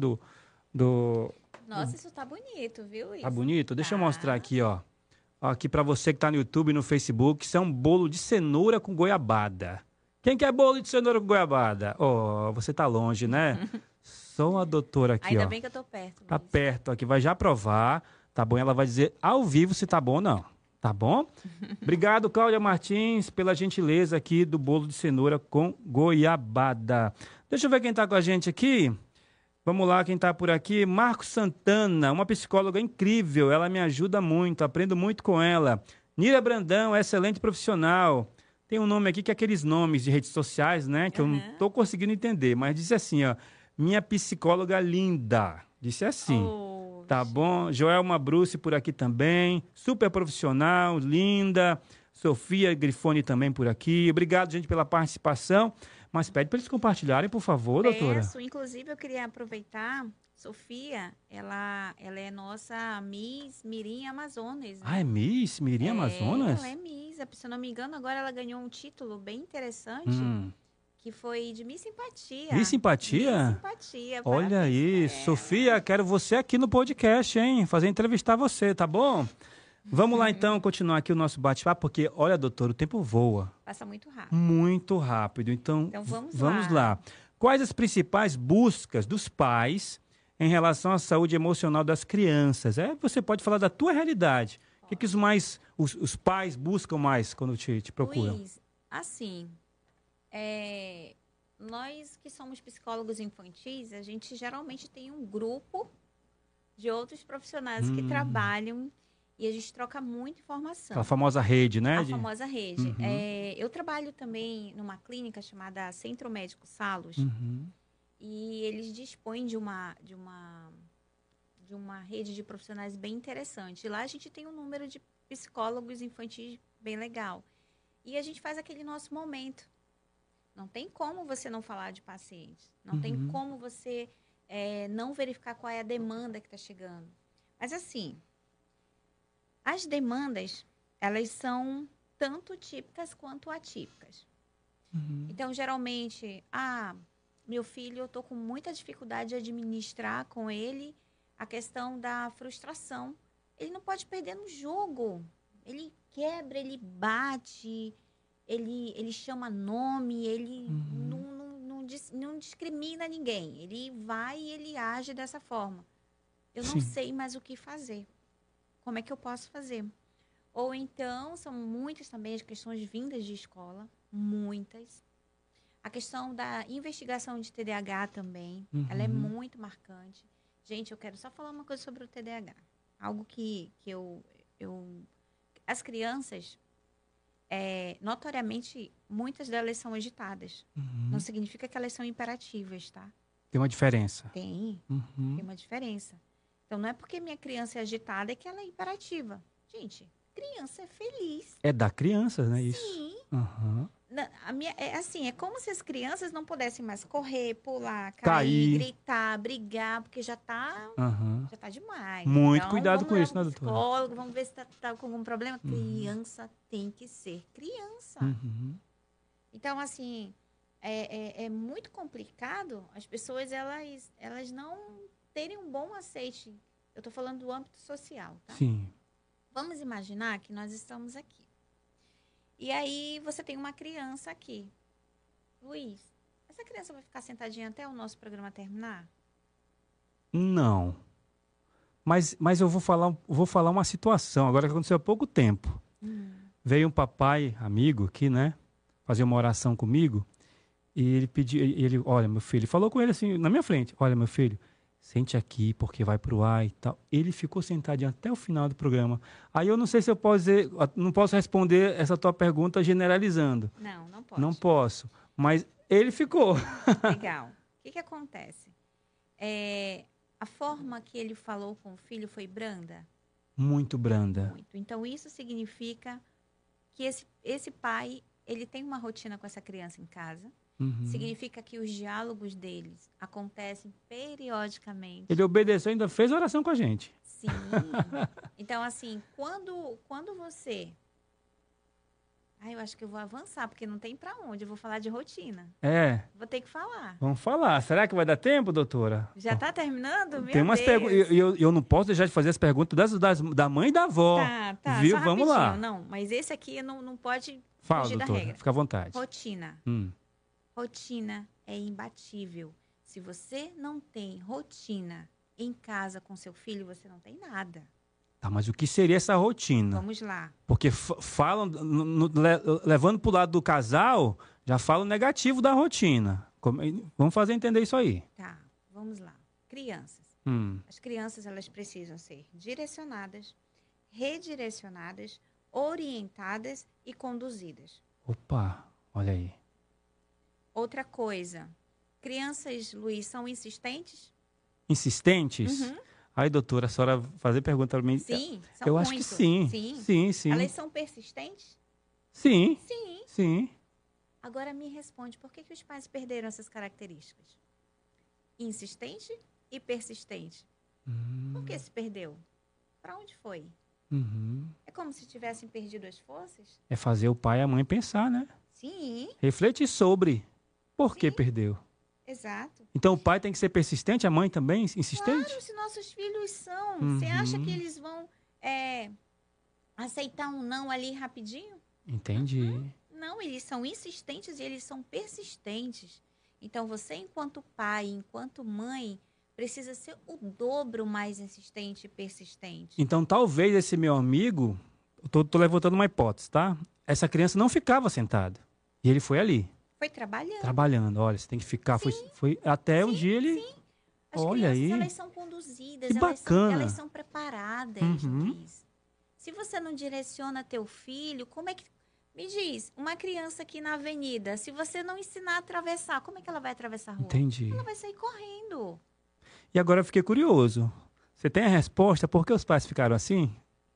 Nossa, isso tá bonito, viu? Isso? Tá bonito? Deixa eu mostrar aqui, ó. Aqui para você que tá no YouTube e no Facebook, isso é um bolo de cenoura com goiabada. Quem quer bolo de cenoura com goiabada? Ó, você tá longe, né? Só a doutora aqui, Ainda ó. bem que eu tô perto. Tá perto aqui, vai já provar, tá bom? Ela vai dizer ao vivo se tá bom ou não, tá bom? Obrigado, Cláudia Martins, pela gentileza aqui do bolo de cenoura com goiabada. Deixa eu ver quem tá com a gente aqui. Vamos lá, quem tá por aqui. Marcos Santana, uma psicóloga incrível, ela me ajuda muito, aprendo muito com ela. Nira Brandão, excelente profissional. Tem um nome aqui que é aqueles nomes de redes sociais, né? Que eu não tô conseguindo entender, mas disse assim, ó. Minha psicóloga linda. Disse assim. Tá bom? Joelma Bruce por aqui também. Super profissional, linda. Sofia Grifone também por aqui. Obrigado, gente, pela participação. Mas pede para eles compartilharem, por favor, doutora. Inclusive, eu queria aproveitar. Sofia, ela é nossa Miss Mirim Amazonas. Né? Ah, é Miss Mirim Amazonas? Ela é Miss. Se eu não me engano, agora ela ganhou um título bem interessante. Que foi de Miss Simpatia. Miss Simpatia? Miss Simpatia. Olha aí, Sofia, quero você aqui no podcast, hein? Fazer entrevistar você, tá bom? Vamos lá, então, continuar aqui o nosso bate-papo, porque, olha, doutor, o tempo voa. Passa muito rápido. Muito rápido. Então vamos lá. Quais as principais buscas dos pais em relação à saúde emocional das crianças? Você pode falar da tua realidade. O que os pais buscam mais quando te procuram? Luiz, assim, nós que somos psicólogos infantis, a gente geralmente tem um grupo de outros profissionais que trabalham e a gente troca muita informação. A famosa rede, né? A famosa rede. Eu trabalho também numa clínica chamada Centro Médico Salos e eles dispõem de uma rede de profissionais bem interessante. E lá a gente tem um número de psicólogos infantis bem legal. E a gente faz aquele nosso momento. Não tem como você não falar de pacientes. Não tem como você não verificar qual é a demanda que está chegando. Mas assim, as demandas, elas são tanto típicas quanto atípicas. Então, geralmente, meu filho, eu estou com muita dificuldade de administrar com ele a questão da frustração. Ele não pode perder no jogo. Ele quebra, ele bate, ele chama nome, ele não discrimina ninguém. Ele vai e ele age dessa forma. Eu não sei mais o que fazer. Como é que eu posso fazer? Ou então, são muitas também as questões vindas de escola, muitas. A questão da investigação de TDAH também, ela é muito marcante. Gente, eu quero só falar uma coisa sobre o TDAH. Algo que eu... As crianças, notoriamente, muitas delas são agitadas. Não significa que elas são imperativas, tá? Tem uma diferença. Tem uma diferença. Então, não é porque minha criança é agitada que ela é imperativa. Gente, criança é feliz. É da criança, né, isso? Sim. É como se as crianças não pudessem mais correr, pular, cair, gritar, brigar, porque já tá demais. Muito então, cuidado com isso, né, doutora? Psicólogo, vamos ver se tá com algum problema. Criança tem que ser criança. Então, assim, é muito complicado as pessoas, elas não terem um bom aceite. Eu estou falando do âmbito social, tá? Sim. Vamos imaginar que nós estamos aqui. E aí você tem uma criança aqui. Luiz, essa criança vai ficar sentadinha até o nosso programa terminar? Não. Mas eu vou falar uma situação, agora que aconteceu há pouco tempo. Veio um papai, amigo aqui, né? Fazer uma oração comigo. E ele pediu, olha, meu filho, falou com ele assim, na minha frente, olha, meu filho, sente aqui, porque vai pro ar e tal. Ele ficou sentadinho até o final do programa. Aí eu não sei se eu posso dizer, não posso responder essa tua pergunta generalizando. Não pode. Não posso, mas ele ficou. Legal. O que acontece? A forma que ele falou com o filho foi branda? Muito branda. Muito. Então, isso significa que esse pai, ele tem uma rotina com essa criança em casa. Significa que os diálogos deles acontecem periodicamente. Ele obedeceu, ainda fez oração com a gente. Sim. Então, assim, quando você... eu acho que eu vou avançar, porque não tem pra onde. Eu vou falar de rotina. Vou ter que falar. Vamos falar. Será que vai dar tempo, doutora? Já tá terminando? Tem umas perguntas. Eu não posso deixar de fazer as perguntas da mãe e da avó. Tá. Viu? Só Vamos lá. Não, mas esse aqui não pode Fala, fugir doutora, da regra. fica à vontade. Rotina. Rotina é imbatível. Se você não tem rotina em casa com seu filho, você não tem nada. Tá, mas o que seria essa rotina? Vamos lá. Porque falam, levando para o lado do casal, já falam negativo da rotina. Vamos fazer entender isso aí. Tá, vamos lá. Crianças. As crianças, elas precisam ser direcionadas, redirecionadas, orientadas e conduzidas. Opa, olha aí. Outra coisa. Crianças, Luiz, são insistentes? Insistentes? Aí, doutora, a senhora fazer pergunta para mim. Sim, são eu muito. acho que sim. Sim. Elas são persistentes? Sim. Agora me responde, por que os pais perderam essas características? Insistente e persistente. Por que se perdeu? Para onde foi? É como se tivessem perdido as forças? É fazer o pai e a mãe pensar, né? Sim. Refletir sobre por que perdeu. Exato. Então o pai tem que ser persistente, a mãe também insistente? Claro, se nossos filhos são. Você acha que eles vão aceitar um não ali rapidinho? Entendi. Não, eles são insistentes e eles são persistentes. Então você, enquanto pai, enquanto mãe, precisa ser o dobro mais insistente e persistente. Então talvez esse meu amigo, tô levantando uma hipótese, tá? Essa criança não ficava sentada. E ele foi ali. Foi trabalhando. Trabalhando. Olha, você tem que ficar. Foi até um dia ele... Sim. As Olha crianças, aí. elas são conduzidas. Que bacana. Elas são preparadas, Luiz. Se você não direciona teu filho, como é que... Me diz, uma criança aqui na avenida, se você não ensinar a atravessar, como é que ela vai atravessar a rua? Entendi. Ela vai sair correndo. E agora eu fiquei curioso. Você tem a resposta? Por que os pais ficaram assim?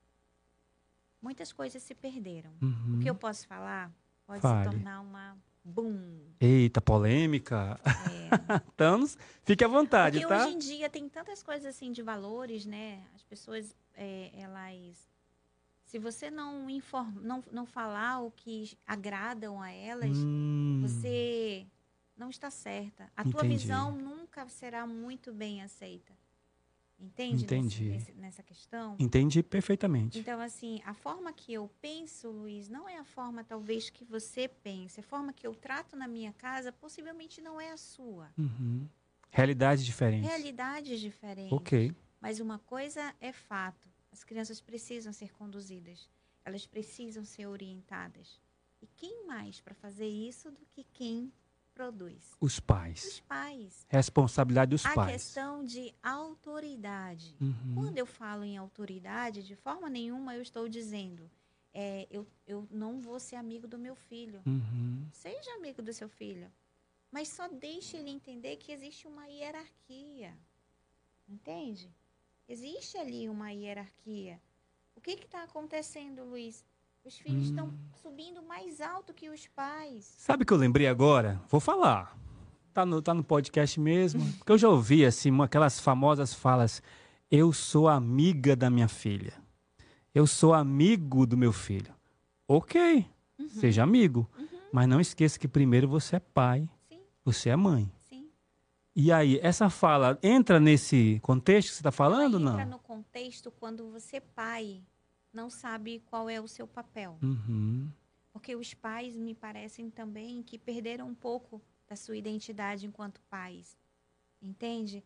Muitas coisas se perderam. O que eu posso falar pode se tornar uma... Boom. Eita, polêmica. Então, fique à vontade, porque tá? Hoje em dia tem tantas coisas assim de valores, né? As pessoas, elas... Se você não falar o que agradam a elas, você não está certa. A tua visão nunca será muito bem aceita. Entende? Nessa questão? Entendi perfeitamente. Então, assim, a forma que eu penso, Luiz, não é a forma, talvez, que você pense. A forma que eu trato na minha casa, possivelmente não é a sua. Realidades diferentes. Realidades diferentes. Ok. Mas uma coisa é fato, as crianças precisam ser conduzidas, elas precisam ser orientadas. E quem mais para fazer isso do que quem produz? Os Os pais. pais. Responsabilidade dos A pais. questão de autoridade. Uhum. Quando eu falo em autoridade, de forma nenhuma eu estou dizendo, eu não vou ser amigo do meu filho. Uhum. Seja amigo do seu filho. Mas só deixe ele entender que existe uma hierarquia. Entende? Existe ali uma hierarquia. O que está acontecendo, Luiz? Os filhos estão subindo mais alto que os pais. Sabe o que eu lembrei agora? Vou falar. Tá no podcast mesmo. Porque eu já ouvi, assim, aquelas famosas falas. Eu sou amiga da minha filha. Eu sou amigo do meu filho. Ok, seja amigo. Mas não esqueça que primeiro você é pai. Sim, Você é mãe. sim. E aí, essa fala entra nesse contexto que você está falando ou Ela não? entra no contexto quando você, pai, não sabe qual é o seu papel. Uhum. Porque os pais me parecem também que perderam um pouco da sua identidade enquanto pais. Entende?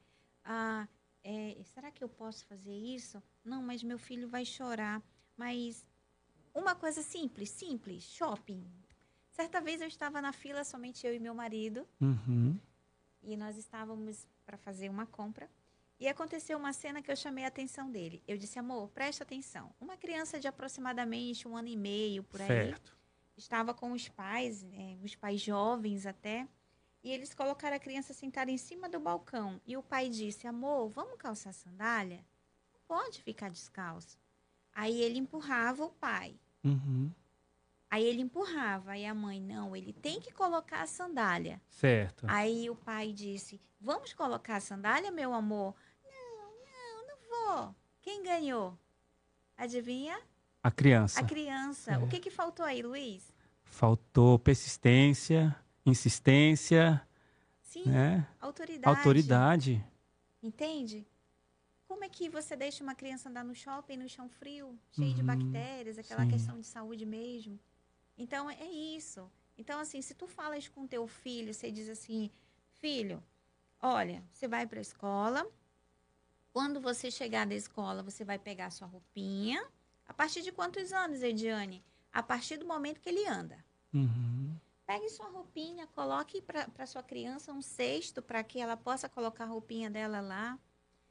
Será que eu posso fazer isso? Não, mas meu filho vai chorar. Mas uma coisa simples, shopping. Certa vez eu estava na fila, somente eu e meu marido, Uhum. e nós estávamos para fazer uma compra. E aconteceu uma cena que eu chamei a atenção dele. Eu disse, amor, presta atenção. Uma criança de aproximadamente 1 ano e meio, por aí, Certo. estava com os pais jovens até, e eles colocaram a criança sentada em cima do balcão. E o pai disse, amor, vamos calçar sandália? Não pode ficar descalço. Aí ele empurrava o pai. Uhum. Aí ele empurrava, aí a mãe, não, ele tem que colocar a sandália. Certo. Aí o pai disse, vamos colocar a sandália, meu amor? Não vou. Quem ganhou? Adivinha? A criança. A criança. O que faltou aí, Luiz? Faltou persistência, insistência, Sim, né? autoridade. Autoridade. Entende? Como é que você deixa uma criança andar no shopping, no chão frio, cheio de bactérias, aquela sim. questão de saúde mesmo? Então, é isso. Então, assim, se tu falas com teu filho, você diz assim, filho, olha, você vai para a escola, quando você chegar da escola, você vai pegar sua roupinha. A partir de quantos anos, Ediane? A partir do momento que ele anda. Uhum. Pegue sua roupinha, coloque para sua criança um cesto para que ela possa colocar a roupinha dela lá.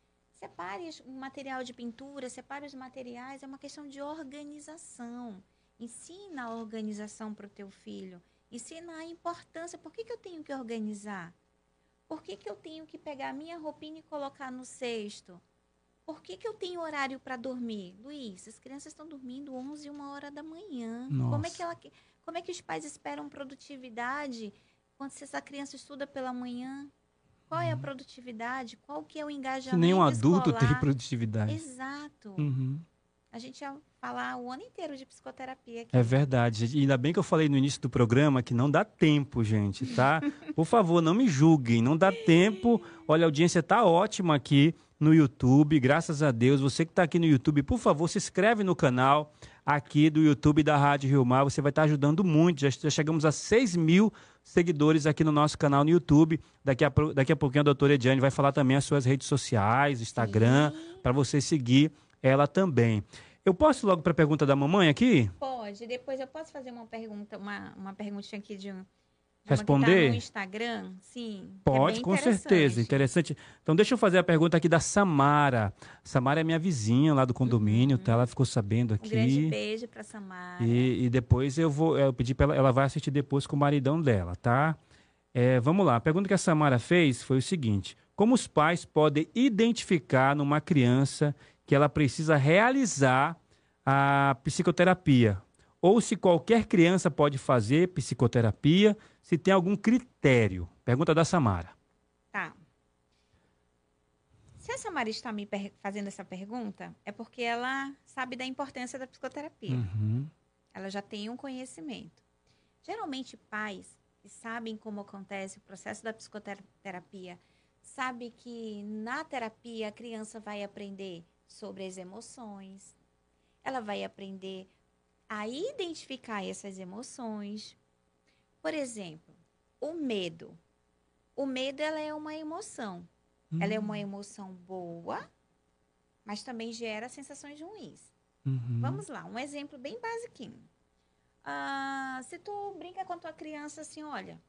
Separe o material de pintura, separe os materiais. É uma questão de organização. Ensina a organização para o teu filho. Ensina a importância. Por que eu tenho que organizar? Por que eu tenho que pegar a minha roupinha e colocar no cesto? Por que eu tenho horário para dormir? Luiz, as crianças estão dormindo 11 e 1 hora da manhã. Nossa. Como é que os pais esperam produtividade quando essa criança estuda pela manhã? Qual é a produtividade? Qual que é o engajamento Se nenhum adulto escolar? tem produtividade. Exato. Uhum. A gente ia falar o ano inteiro de psicoterapia aqui. É verdade. E ainda bem que eu falei no início do programa que não dá tempo, gente, tá? Por favor, não me julguem, não dá tempo. Olha, a audiência tá ótima aqui no YouTube, graças a Deus. Você que está aqui no YouTube, por favor, se inscreve no canal aqui do YouTube da Rádio Rio Mar. Você vai estar ajudando muito. Já chegamos a 6.000 seguidores aqui no nosso canal no YouTube. Daqui a pouquinho a doutora Ediane vai falar também as suas redes sociais, Instagram, para você seguir ela também. Eu posso ir logo para a pergunta da mamãe aqui? Pode. Depois eu posso fazer uma pergunta, uma perguntinha aqui de uma Responder? que tá no Instagram? Sim. Pode, com certeza. Interessante. Então, deixa eu fazer a pergunta aqui da Samara. Samara é minha vizinha lá do condomínio, tá? Ela ficou sabendo aqui. Um grande beijo para Samara. E depois eu pedir para ela vai assistir depois com o maridão dela, tá? Vamos lá. A pergunta que a Samara fez foi o seguinte: como os pais podem identificar numa criança que ela precisa realizar a psicoterapia? Ou se qualquer criança pode fazer psicoterapia, se tem algum critério? Pergunta da Samara. Tá. Se a Samara está me fazendo essa pergunta, é porque ela sabe da importância da psicoterapia. Uhum. Ela já tem um conhecimento. Geralmente, pais que sabem como acontece o processo da psicoterapia, sabem que na terapia a criança vai aprender sobre as emoções, ela vai aprender a identificar essas emoções. Por exemplo, o medo. O medo, ela é uma emoção. Ela é uma emoção boa mas também gera sensações ruins. Uhum. Vamos lá, um exemplo bem basiquinho. Se tu brinca com a tua criança assim, olha,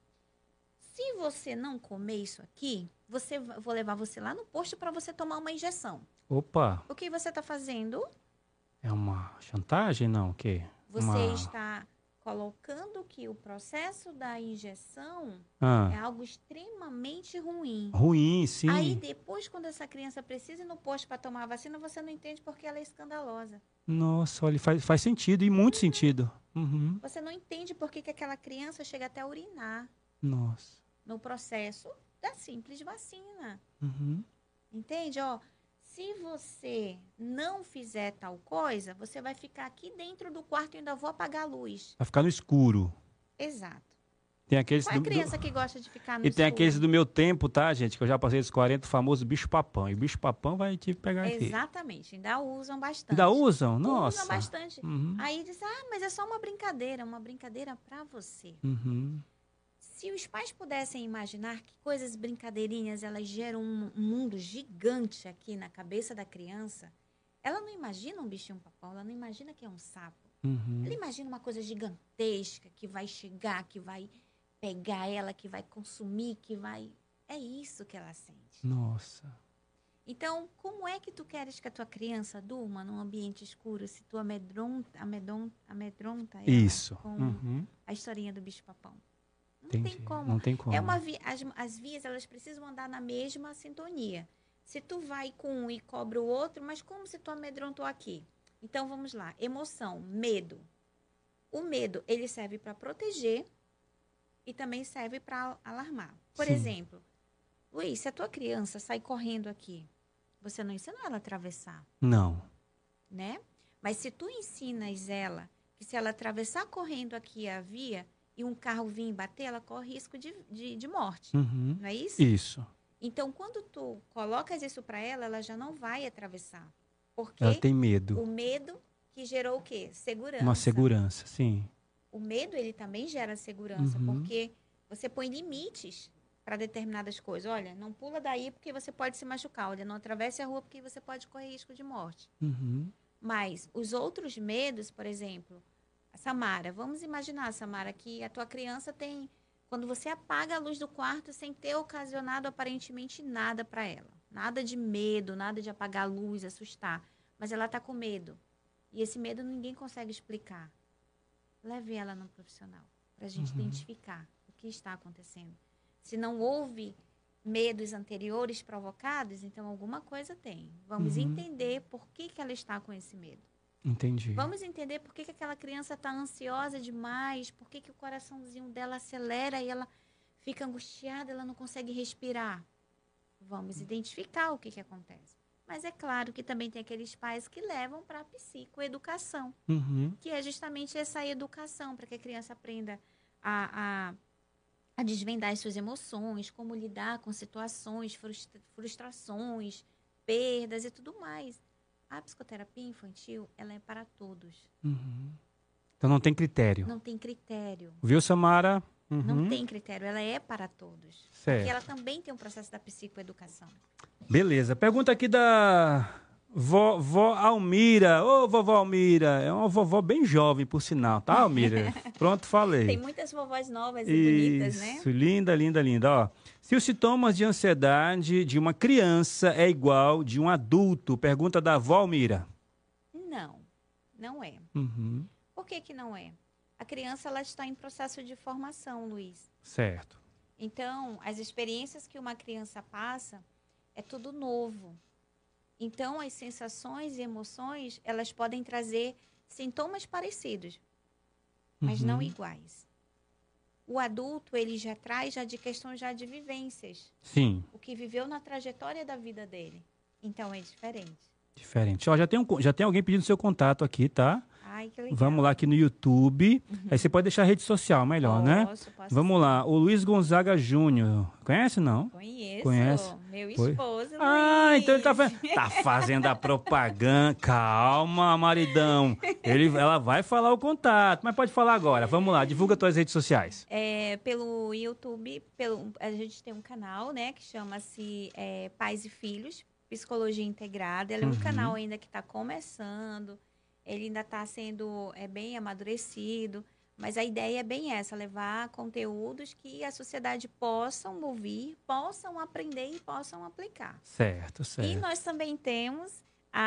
se você não comer isso aqui, vou levar você lá no posto para você tomar uma injeção. Opa, O que você está fazendo? é uma chantagem, não? O quê? Você está colocando que o processo da injeção é algo extremamente ruim. Ruim, sim. Aí depois, quando essa criança precisa ir no posto para tomar a vacina, você não entende porque ela é escandalosa. Nossa, olha, faz sentido, e muito sentido. Uhum. Você não entende por que aquela criança chega até a urinar Nossa. no processo da simples vacina. Uhum. Entende? Ó, se você não fizer tal coisa, você vai ficar aqui dentro do quarto e ainda vou apagar a luz. Vai ficar no escuro. Exato. Tem aqueles Qual é a criança que gosta de ficar no E escuro? tem aqueles do meu tempo, tá, gente? Que eu já passei dos 40, o famoso bicho-papão. E o bicho-papão vai te pegar aqui. Exatamente. Ainda usam bastante. Ainda usam? Nossa. Usam bastante. Uhum. Aí diz, mas é só uma brincadeira para você. Uhum. Se os pais pudessem imaginar que coisas brincadeirinhas, elas geram um mundo gigante aqui na cabeça da criança, ela não imagina um bichinho-papão, ela não imagina que é um sapo. Uhum. Ela imagina uma coisa gigantesca que vai chegar, que vai pegar ela, que vai consumir, que vai... É isso que ela sente. Nossa. Então, como é que tu queres que a tua criança durma num ambiente escuro se tu amedronta ela Isso. com a historinha do bicho-papão? Não Entendi. tem como. Não tem como. As vias, elas precisam andar na mesma sintonia. Se tu vai com um e cobra o outro, mas como se tu amedrontou aqui? Então, vamos lá. Emoção, medo. O medo, ele serve para proteger e também serve para alarmar. Por Sim. exemplo, Luiz, se a tua criança sai correndo aqui, você não ensina ela a atravessar, Não. né? Mas se tu ensinas ela que se ela atravessar correndo aqui a via e um carro vir bater, ela corre risco de morte. Uhum. Não é isso? Isso. Então, quando tu colocas isso para ela, ela já não vai atravessar. Porque Ela tem medo. o medo que gerou o quê? Segurança. Uma segurança, sim. O medo, ele também gera segurança, Uhum. porque você põe limites para determinadas coisas. Olha, não pula daí porque você pode se machucar. Olha, não atravesse a rua porque você pode correr risco de morte. Uhum. Mas os outros medos, por exemplo, a Samara, vamos imaginar, Samara, que a tua criança tem... Quando você apaga a luz do quarto sem ter ocasionado aparentemente nada para ela. Nada de medo, nada de apagar a luz, assustar. Mas ela está com medo. E esse medo ninguém consegue explicar. Leve ela no profissional para a gente identificar o que está acontecendo. Se não houve medos anteriores provocados, então alguma coisa tem. Vamos entender por que ela está com esse medo. Entendi. Vamos entender por que aquela criança está ansiosa demais, por que o coraçãozinho dela acelera e ela fica angustiada, ela não consegue respirar. Vamos identificar o que acontece. Mas é claro que também tem aqueles pais que levam para a psicoeducação, Uhum. que é justamente essa educação, para que a criança aprenda a desvendar as suas emoções, como lidar com situações, frustrações, perdas e tudo mais. A psicoterapia infantil, ela é para todos. Uhum. Então não tem critério. Não tem critério. Viu, Samara? Não tem critério, ela é para todos. Certo. Porque ela também tem um processo da psicoeducação. Beleza. Pergunta aqui da vó Almira. Ô, vovó Almira. É uma vovó bem jovem, por sinal, tá, Almira? Pronto, falei. Tem muitas vovós novas e bonitas, né? Isso, linda, linda, linda. Ó, se os sintomas de ansiedade de uma criança é igual de um adulto, pergunta da vó Almira. Não, não é. Uhum. Por que não é? A criança ela está em processo de formação, Luiz. Certo. Então, as experiências que uma criança passa é tudo novo. Então, as sensações e emoções, elas podem trazer sintomas parecidos, mas não iguais. O adulto, ele já traz de questões já de vivências. Sim. O que viveu na trajetória da vida dele. Então, é diferente. Diferente. Ó, já tem alguém pedindo seu contato aqui, tá? Ai, que legal. Vamos lá aqui no YouTube. Aí você pode deixar a rede social, melhor, né? Posso Vamos sim. lá. O Luiz Gonzaga Júnior. Conhece, não? Conheço. Conhece? Meu Foi? esposo, Ah, Luiz. então ele tá fazendo a propaganda. Calma, maridão. Ela vai falar o contato, mas pode falar agora. Vamos lá, divulga tuas redes sociais. Pelo YouTube, a gente tem um canal, né, que chama-se Pais e Filhos. Psicologia Integrada. Ela é um canal ainda que está começando. Ele ainda está sendo bem amadurecido. Mas a ideia é bem essa, levar conteúdos que a sociedade possam ouvir, possam aprender e possam aplicar. Certo, certo. E nós também temos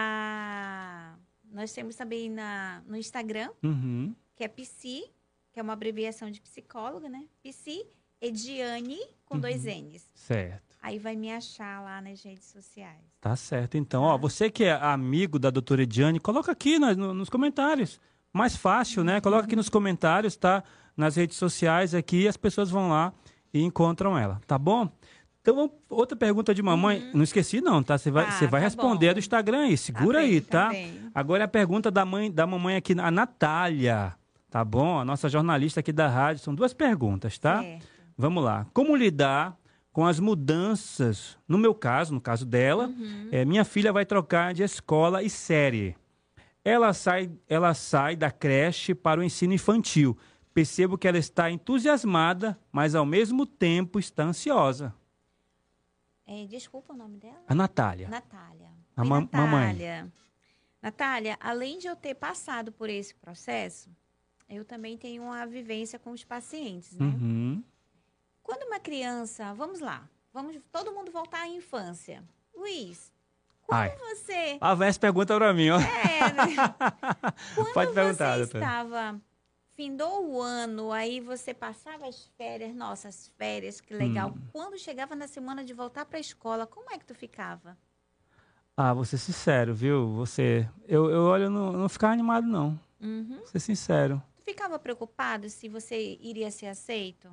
também no Instagram, que é Psi, que é uma abreviação de psicóloga, né? Psi Ediane com 2 N's. Certo. Aí vai me achar lá nas redes sociais. Tá certo. Então, ó, você que é amigo da doutora Ediane, coloca aqui nos comentários. Mais fácil, né? Coloca aqui nos comentários, tá? Nas redes sociais aqui, as pessoas vão lá e encontram ela, tá bom? Então, outra pergunta de mamãe. Não esqueci não, tá? Você vai responder a do Instagram aí. Segura aí, tá? Agora é a pergunta da mamãe aqui, a Natália, tá bom? A nossa jornalista aqui da rádio. São 2 perguntas, tá? Certo. Vamos lá. Como lidar com as mudanças? No meu caso, no caso dela, minha filha vai trocar de escola e série. Ela sai da creche para o ensino infantil. Percebo que ela está entusiasmada, mas ao mesmo tempo está ansiosa. Desculpa o nome dela? A Natália. Natália. A mamãe. Natália, além de eu ter passado por esse processo, eu também tenho uma vivência com os pacientes, né? Quando uma criança... Vamos lá. Vamos todo mundo voltar à infância. Luiz... Quando você... A Vés pergunta para mim, ó. Né? Pode perguntar, você estava... Findou o ano, aí você passava as férias. Nossa, as férias, que legal. Quando chegava na semana de voltar para a escola, como é que tu ficava? Vou ser sincero, viu? Eu olho, não ficava animado, não. Vou ser sincero. Tu ficava preocupado se você iria ser aceito?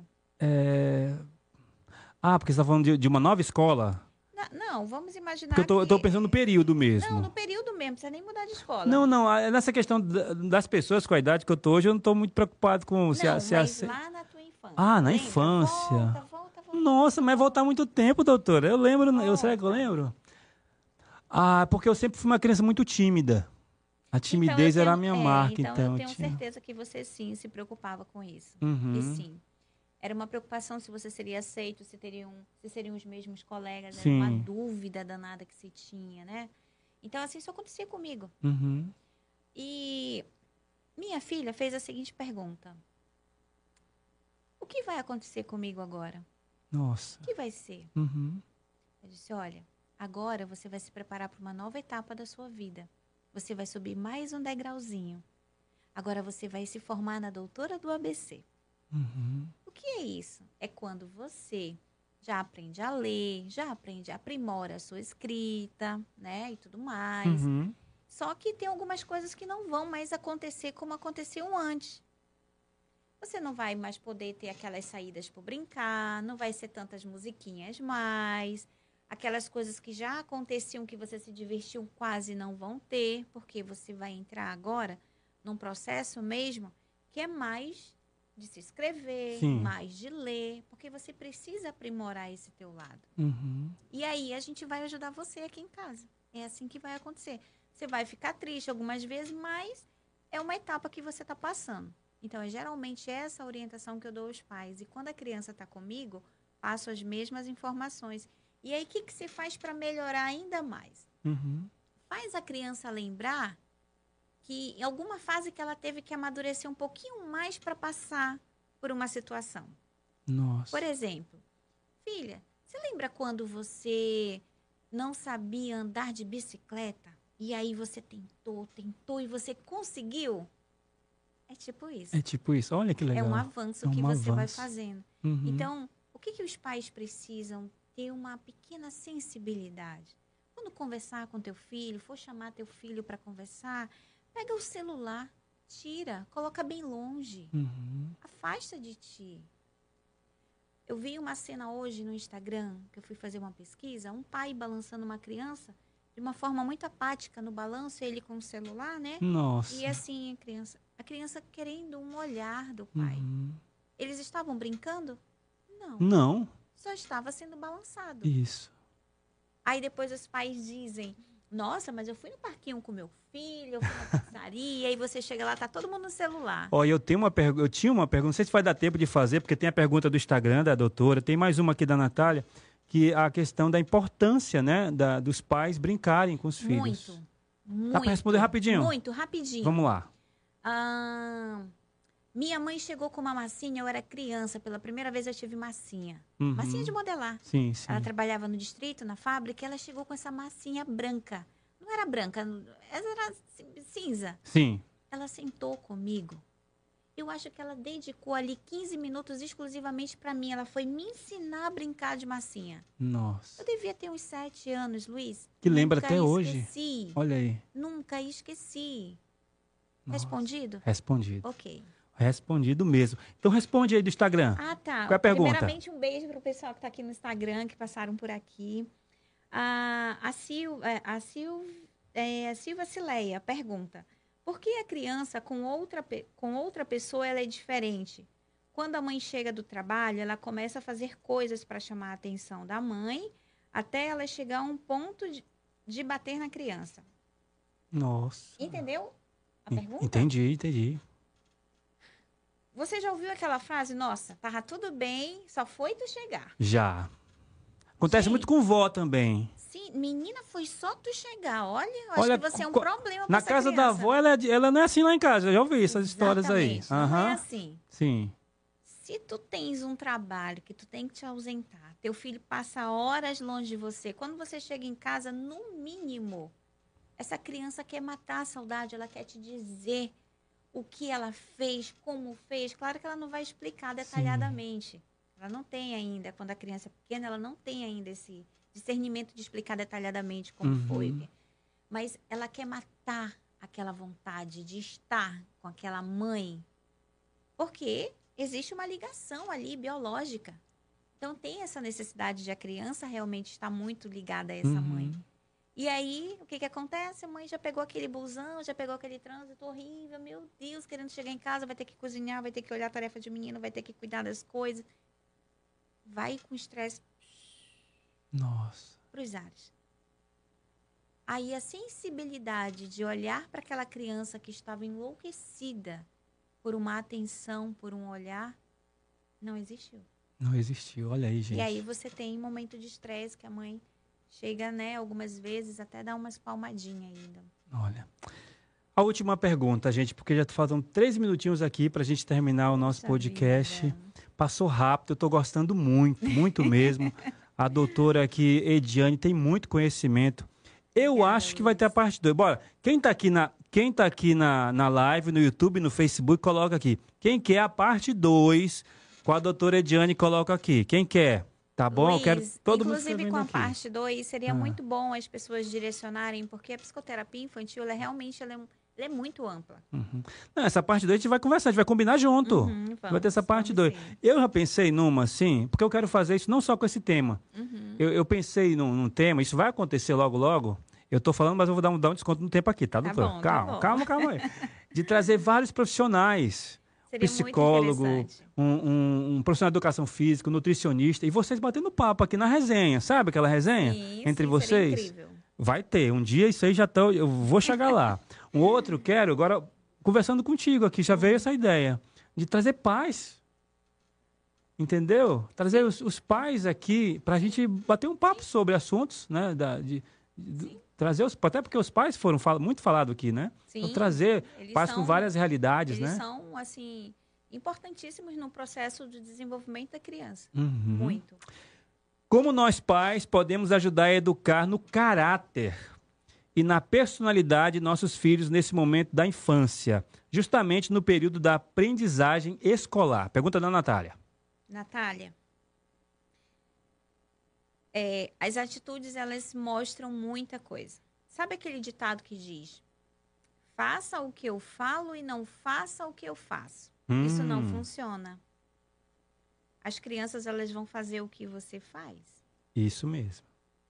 Porque você está falando de uma nova escola? Não, vamos imaginar porque eu tô pensando no período mesmo. Não, no período mesmo, não precisa nem mudar de escola. Não, nessa questão das pessoas com a idade que eu tô hoje, eu não tô muito preocupado com... Mas lá na tua infância. Na infância. Volta. Nossa, mas voltar muito tempo, doutora. Eu lembro, será que eu lembro? Porque eu sempre fui uma criança muito tímida. A timidez era a minha marca, então. Eu tenho certeza que você sim se preocupava com isso. E sim. Era uma preocupação se você seria aceito, se seriam os mesmos colegas. Era uma dúvida danada que se tinha, né? Então, assim, isso acontecia comigo. E minha filha fez a seguinte pergunta. O que vai acontecer comigo agora? Nossa. O que vai ser? Eu disse, olha, agora você vai se preparar para uma nova etapa da sua vida. Você vai subir mais um degrauzinho. Agora você vai se formar na doutora do ABC. O que é isso? É quando você já aprende a ler, já aprimora a sua escrita, né? E tudo mais. Só que tem algumas coisas que não vão mais acontecer como aconteciam antes. Você não vai mais poder ter aquelas saídas para brincar, não vai ser tantas musiquinhas mais. Aquelas coisas que já aconteciam, que você se divertiu, quase não vão ter, porque você vai entrar agora num processo mesmo que é mais de se escrever, mais de ler, porque você precisa aprimorar esse teu lado. E aí a gente vai ajudar você aqui em casa. É assim que vai acontecer. Você vai ficar triste algumas vezes, mas é uma etapa que você está passando. Então, é geralmente essa orientação que eu dou aos pais. E quando a criança está comigo, passo as mesmas informações. E aí, o que se faz para melhorar ainda mais? Faz a criança lembrar que em alguma fase que ela teve que amadurecer um pouquinho mais para passar por uma situação. Nossa. Por exemplo, filha, você lembra quando você não sabia andar de bicicleta? E aí você tentou e você conseguiu? É tipo isso. É tipo isso. Olha que legal. É um avanço que você vai fazendo. Então, o que os pais precisam? Ter uma pequena sensibilidade. Quando conversar com teu filho, for chamar teu filho para conversar, pega o celular, tira, coloca bem longe. Afasta de ti. Eu vi uma cena hoje no Instagram, que eu fui fazer uma pesquisa, um pai balançando uma criança de uma forma muito apática no balanço, ele com o celular, né? Nossa. E assim, a criança querendo um olhar do pai. Eles estavam brincando? Não. Só estava sendo balançado. Isso. Aí depois os pais dizem, nossa, mas eu fui no parquinho com meu filho, eu fui na pizzaria, aí você chega lá, tá todo mundo no celular. Eu tinha uma pergunta, não sei se vai dar tempo de fazer, porque tem a pergunta do Instagram da doutora, tem mais uma aqui da Natália, que a questão da importância, né, dos pais brincarem com os filhos. Muito. Dá para responder rapidinho? Muito, rapidinho. Vamos lá. Minha mãe chegou com uma massinha, eu era criança, pela primeira vez eu tive massinha. Uhum. Massinha de modelar. Sim, sim. Ela trabalhava no distrito, na fábrica, e ela chegou com essa massinha branca. Não era branca, era cinza. Sim. Ela sentou comigo. Eu acho que ela dedicou ali 15 minutos exclusivamente para mim. Ela foi me ensinar a brincar de massinha. Nossa. Eu devia ter uns 7 anos, Luiz. Que lembra Nunca até esqueci. hoje. Olha aí. Nunca esqueci. Nossa. Respondido? Respondido. Ok. Respondido mesmo. Então responde aí do Instagram. Ah, tá. Qual é a pergunta? Primeiramente, um beijo para o pessoal que está aqui no Instagram, que passaram por aqui. A Silva Cileia pergunta: por que a criança com outra pessoa ela é diferente? Quando a mãe chega do trabalho, ela começa a fazer coisas para chamar a atenção da mãe, até ela chegar a um ponto de bater na criança. Nossa. Entendeu a pergunta? Entendi. Você já ouviu aquela frase? Nossa, tava tudo bem, só foi tu chegar. Já. Acontece Gente, muito com vó também. Sim, menina, foi só tu chegar. Olha, eu Olha, acho que você é um problema pra na essa casa criança. da avó, ela não é assim lá em casa. Eu já ouvi essas histórias aí. Exatamente, não é assim. Sim. Se tu tens um trabalho que tu tem que te ausentar, teu filho passa horas longe de você, quando você chega em casa, no mínimo, essa criança quer matar a saudade, ela quer te dizer o que ela fez, como fez. Claro que ela não vai explicar detalhadamente. Sim. Ela não tem ainda, quando a criança é pequena, ela não tem ainda esse discernimento de explicar detalhadamente como foi. Mas ela quer matar aquela vontade de estar com aquela mãe, porque existe uma ligação ali biológica. Então, tem essa necessidade de a criança realmente estar muito ligada a essa mãe. E aí, o que acontece? A mãe já pegou aquele busão, já pegou aquele trânsito horrível, meu Deus, querendo chegar em casa, vai ter que cozinhar, vai ter que olhar a tarefa de menino, vai ter que cuidar das coisas. Vai com estresse para os ares. Aí, a sensibilidade de olhar para aquela criança que estava enlouquecida por uma atenção, por um olhar, não existiu. Não existiu, olha aí, gente. E aí você tem um momento de estresse que a mãe chega, né, algumas vezes até dar umas palmadinhas ainda. Olha. A última pergunta, gente, porque já faltam 3 minutinhos aqui para a gente terminar o nosso podcast. Vida. Passou rápido, eu estou gostando muito mesmo. A doutora aqui, Ediane, tem muito conhecimento. Eu acho que vai ter a parte 2. Bora, quem está aqui na live, no YouTube, no Facebook, coloca aqui. Quem quer a parte 2 com a doutora Ediane, coloca aqui. Quem quer? Tá bom? Luiz, eu quero todo mundo inclusive com a aqui. parte 2, seria muito bom as pessoas direcionarem, porque a psicoterapia infantil, ela é muito ampla. Não, essa parte 2 a gente vai conversar, a gente vai combinar junto. Vai ter essa parte 2. Eu já pensei numa, assim, porque eu quero fazer isso não só com esse tema. Eu pensei num tema, isso vai acontecer logo. Eu tô falando, mas eu vou dar um desconto no tempo aqui, tá, doutor? Calma aí. De trazer vários profissionais. Seria psicólogo, um profissional de educação física, um nutricionista, e vocês batendo papo aqui na resenha, sabe aquela resenha? Entre vocês? Seria incrível. Vai ter, um dia isso aí eu vou chegar lá. Um outro, quero, agora, conversando contigo aqui, já veio essa ideia, de trazer pais, entendeu? Trazer os pais aqui, para a gente bater um papo sobre assuntos, né, trazer até porque os pais foram muito falados aqui, né? Sim, então, trazer pais com várias realidades, né? Eles são, assim, importantíssimos no processo de desenvolvimento da criança. Muito. Como nós pais podemos ajudar a educar no caráter e na personalidade de nossos filhos nesse momento da infância, justamente no período da aprendizagem escolar? Pergunta da Natália. Natália. As atitudes, elas mostram muita coisa. Sabe aquele ditado que diz: faça o que eu falo e não faça o que eu faço? Isso não funciona. As crianças, elas vão fazer o que você faz. Isso mesmo.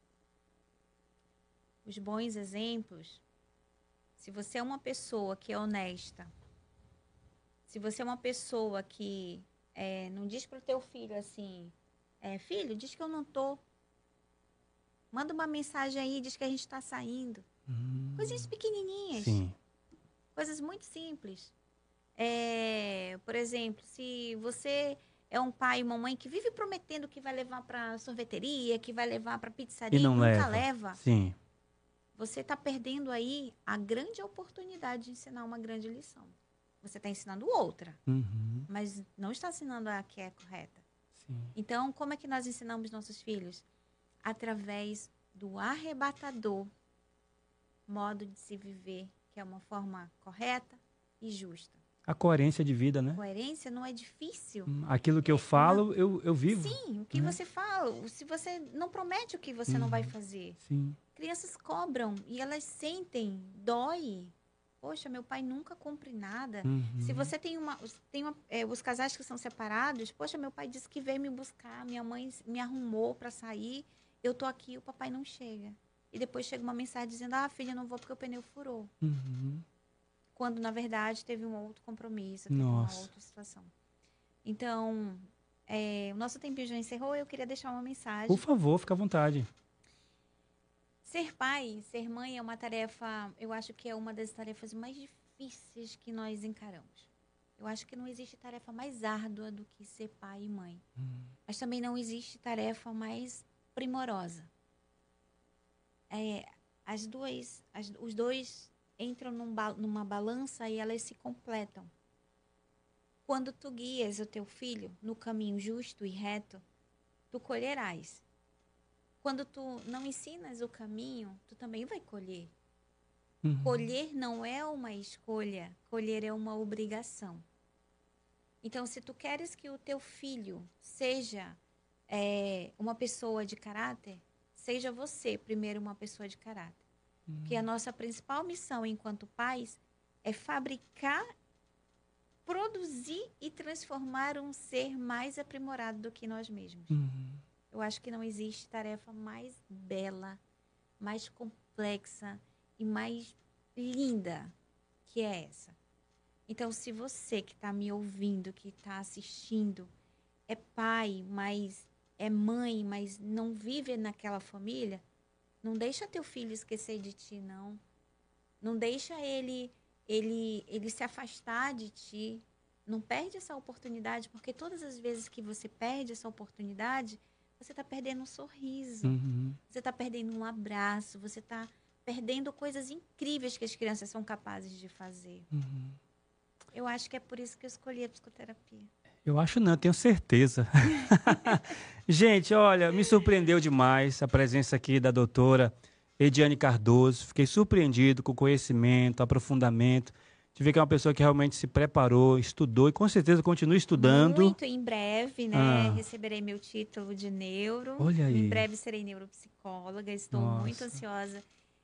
Os bons exemplos, se você é uma pessoa que é honesta, se você é uma pessoa que não diz para o teu filho assim, filho, diz que eu não tô. Manda uma mensagem aí, diz que a gente está saindo. Coisinhas pequenininhas. Sim. Coisas muito simples. Por exemplo, se você é um pai e uma mãe que vive prometendo que vai levar para sorveteria, que vai levar para pizzaria E não nunca leva. Sim. Você está perdendo aí a grande oportunidade de ensinar uma grande lição. Você está ensinando outra, mas não está ensinando a que é correta. Sim. Então, como é que nós ensinamos nossos filhos? Através do arrebatador modo de se viver, que é uma forma correta e justa. A coerência de vida, né? Coerência não é difícil. Aquilo que eu falo, eu vivo. Sim, o que você fala. Se você não promete o que você não vai fazer. Sim. Crianças cobram e elas sentem, dói. Poxa, meu pai nunca cumpre nada. Se você tem os casais que são separados, poxa, meu pai disse que veio me buscar, minha mãe me arrumou para sair, eu tô aqui, o papai não chega. E depois chega uma mensagem dizendo, filha, não vou porque o pneu furou. Quando, na verdade, teve um outro compromisso, teve uma outra situação. Então, o nosso tempinho já encerrou, eu queria deixar uma mensagem. Por favor, fica à vontade. Ser pai, ser mãe é uma tarefa, eu acho que é uma das tarefas mais difíceis que nós encaramos. Eu acho que não existe tarefa mais árdua do que ser pai e mãe. Mas também não existe tarefa mais primorosa. Os dois entram numa balança e elas se completam. Quando tu guias o teu filho no caminho justo e reto, tu colherás. Quando tu não ensinas o caminho, tu também vai colher. Colher não é uma escolha, colher é uma obrigação. Então, se tu queres que o teu filho seja uma pessoa de caráter, seja você primeiro uma pessoa de caráter. Porque a nossa principal missão enquanto pais é fabricar, produzir e transformar um ser mais aprimorado do que nós mesmos. Eu acho que não existe tarefa mais bela, mais complexa e mais linda que é essa. Então, se você que está me ouvindo, que está assistindo, é pai, mas é mãe, mas não vive naquela família, não deixa teu filho esquecer de ti, não. Não deixa ele se afastar de ti. Não perde essa oportunidade, porque todas as vezes que você perde essa oportunidade, você está perdendo um sorriso, você está perdendo um abraço, você está perdendo coisas incríveis que as crianças são capazes de fazer. Eu acho que é por isso que eu escolhi a psicoterapia. Eu acho não, eu tenho certeza. Gente, olha, me surpreendeu demais a presença aqui da doutora Ediane Cardoso. Fiquei surpreendido com o conhecimento, aprofundamento. De ver que é uma pessoa que realmente se preparou, estudou e com certeza continua estudando. Muito em breve, né? Receberei meu título de neuro. Olha aí. Em breve serei neuropsicóloga. Estou muito ansiosa.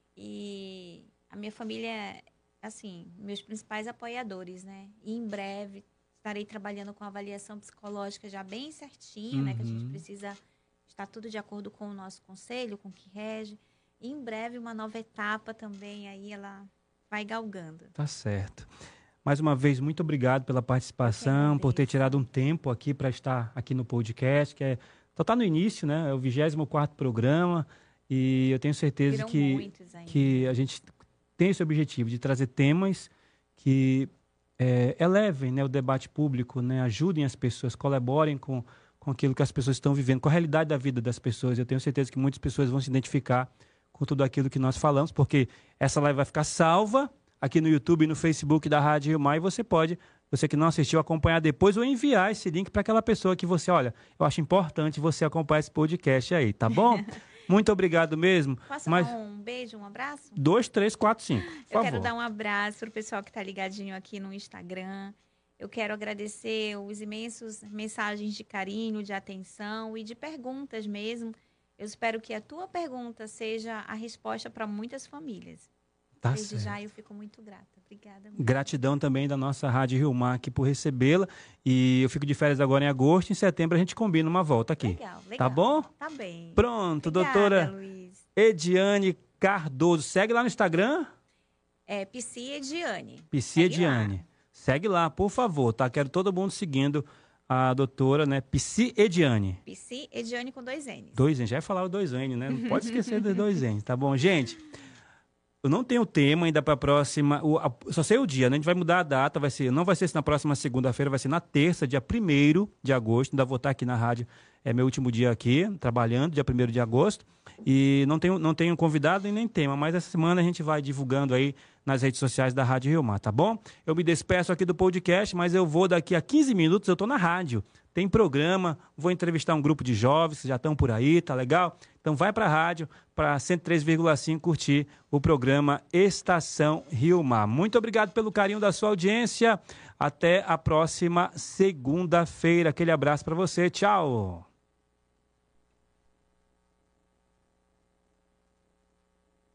E a minha família, assim, meus principais apoiadores, né? E em breve estarei trabalhando com avaliação psicológica já bem certinha, né? Que a gente precisa estar tudo de acordo com o nosso conselho, com o que rege. E em breve uma nova etapa também, aí ela vai galgando. Tá certo. Mais uma vez, muito obrigado pela participação, por ter tirado um tempo aqui para estar aqui no podcast, que tá no início, né? É o 24º programa e eu tenho certeza que a gente tem esse objetivo de trazer temas que elevem, né, o debate público, né, ajudem as pessoas, colaborem com aquilo que as pessoas estão vivendo, com a realidade da vida das pessoas. Eu tenho certeza que muitas pessoas vão se identificar com tudo aquilo que nós falamos, porque essa live vai ficar salva aqui no YouTube e no Facebook da Rádio Rio Mar, e você que não assistiu, acompanhar depois ou enviar esse link para aquela pessoa que você, olha, eu acho importante você acompanhar esse podcast aí, tá bom? Muito obrigado mesmo. Posso dar um beijo, um abraço? 2, 3, 4, 5, por favor. Quero dar um abraço para o pessoal que está ligadinho aqui no Instagram. Eu quero agradecer os imensos mensagens de carinho, de atenção e de perguntas mesmo. Eu espero que a tua pergunta seja a resposta para muitas famílias. Tá Desde certo. já eu fico muito grata. Obrigada. Gratidão também da nossa Rádio Rio Mar aqui por recebê-la. E eu fico de férias agora em agosto. Em setembro a gente combina uma volta aqui. Legal. Tá bom? Tá bem. Pronto, Obrigada, doutora Luiz. Ediane Cardoso. Segue lá no Instagram. Psi Ediane. Psi Ediane. Segue lá, por favor, tá? Quero todo mundo seguindo a doutora, né? Psi Ediane. Psi Ediane com 2 N's. 2 N's. Já ia falar o 2 N, né? Não pode esquecer dos 2 N's, tá bom, gente? Eu não tenho tema ainda para a próxima, só sei o dia, né? A gente vai mudar a data, não vai ser na próxima segunda-feira, vai ser na terça, dia 1º de agosto. Ainda vou estar aqui na rádio, é meu último dia aqui, trabalhando, dia 1º de agosto. E não tenho convidado e nem tema, mas essa semana a gente vai divulgando aí nas redes sociais da Rádio Rio Mar, tá bom? Eu me despeço aqui do podcast, mas eu vou daqui a 15 minutos, eu estou na rádio. Tem programa, vou entrevistar um grupo de jovens que já estão por aí, tá legal? Então vai para a rádio, para 103,5 curtir o programa Estação Rio Mar. Muito obrigado pelo carinho da sua audiência. Até a próxima segunda-feira. Aquele abraço para você. Tchau.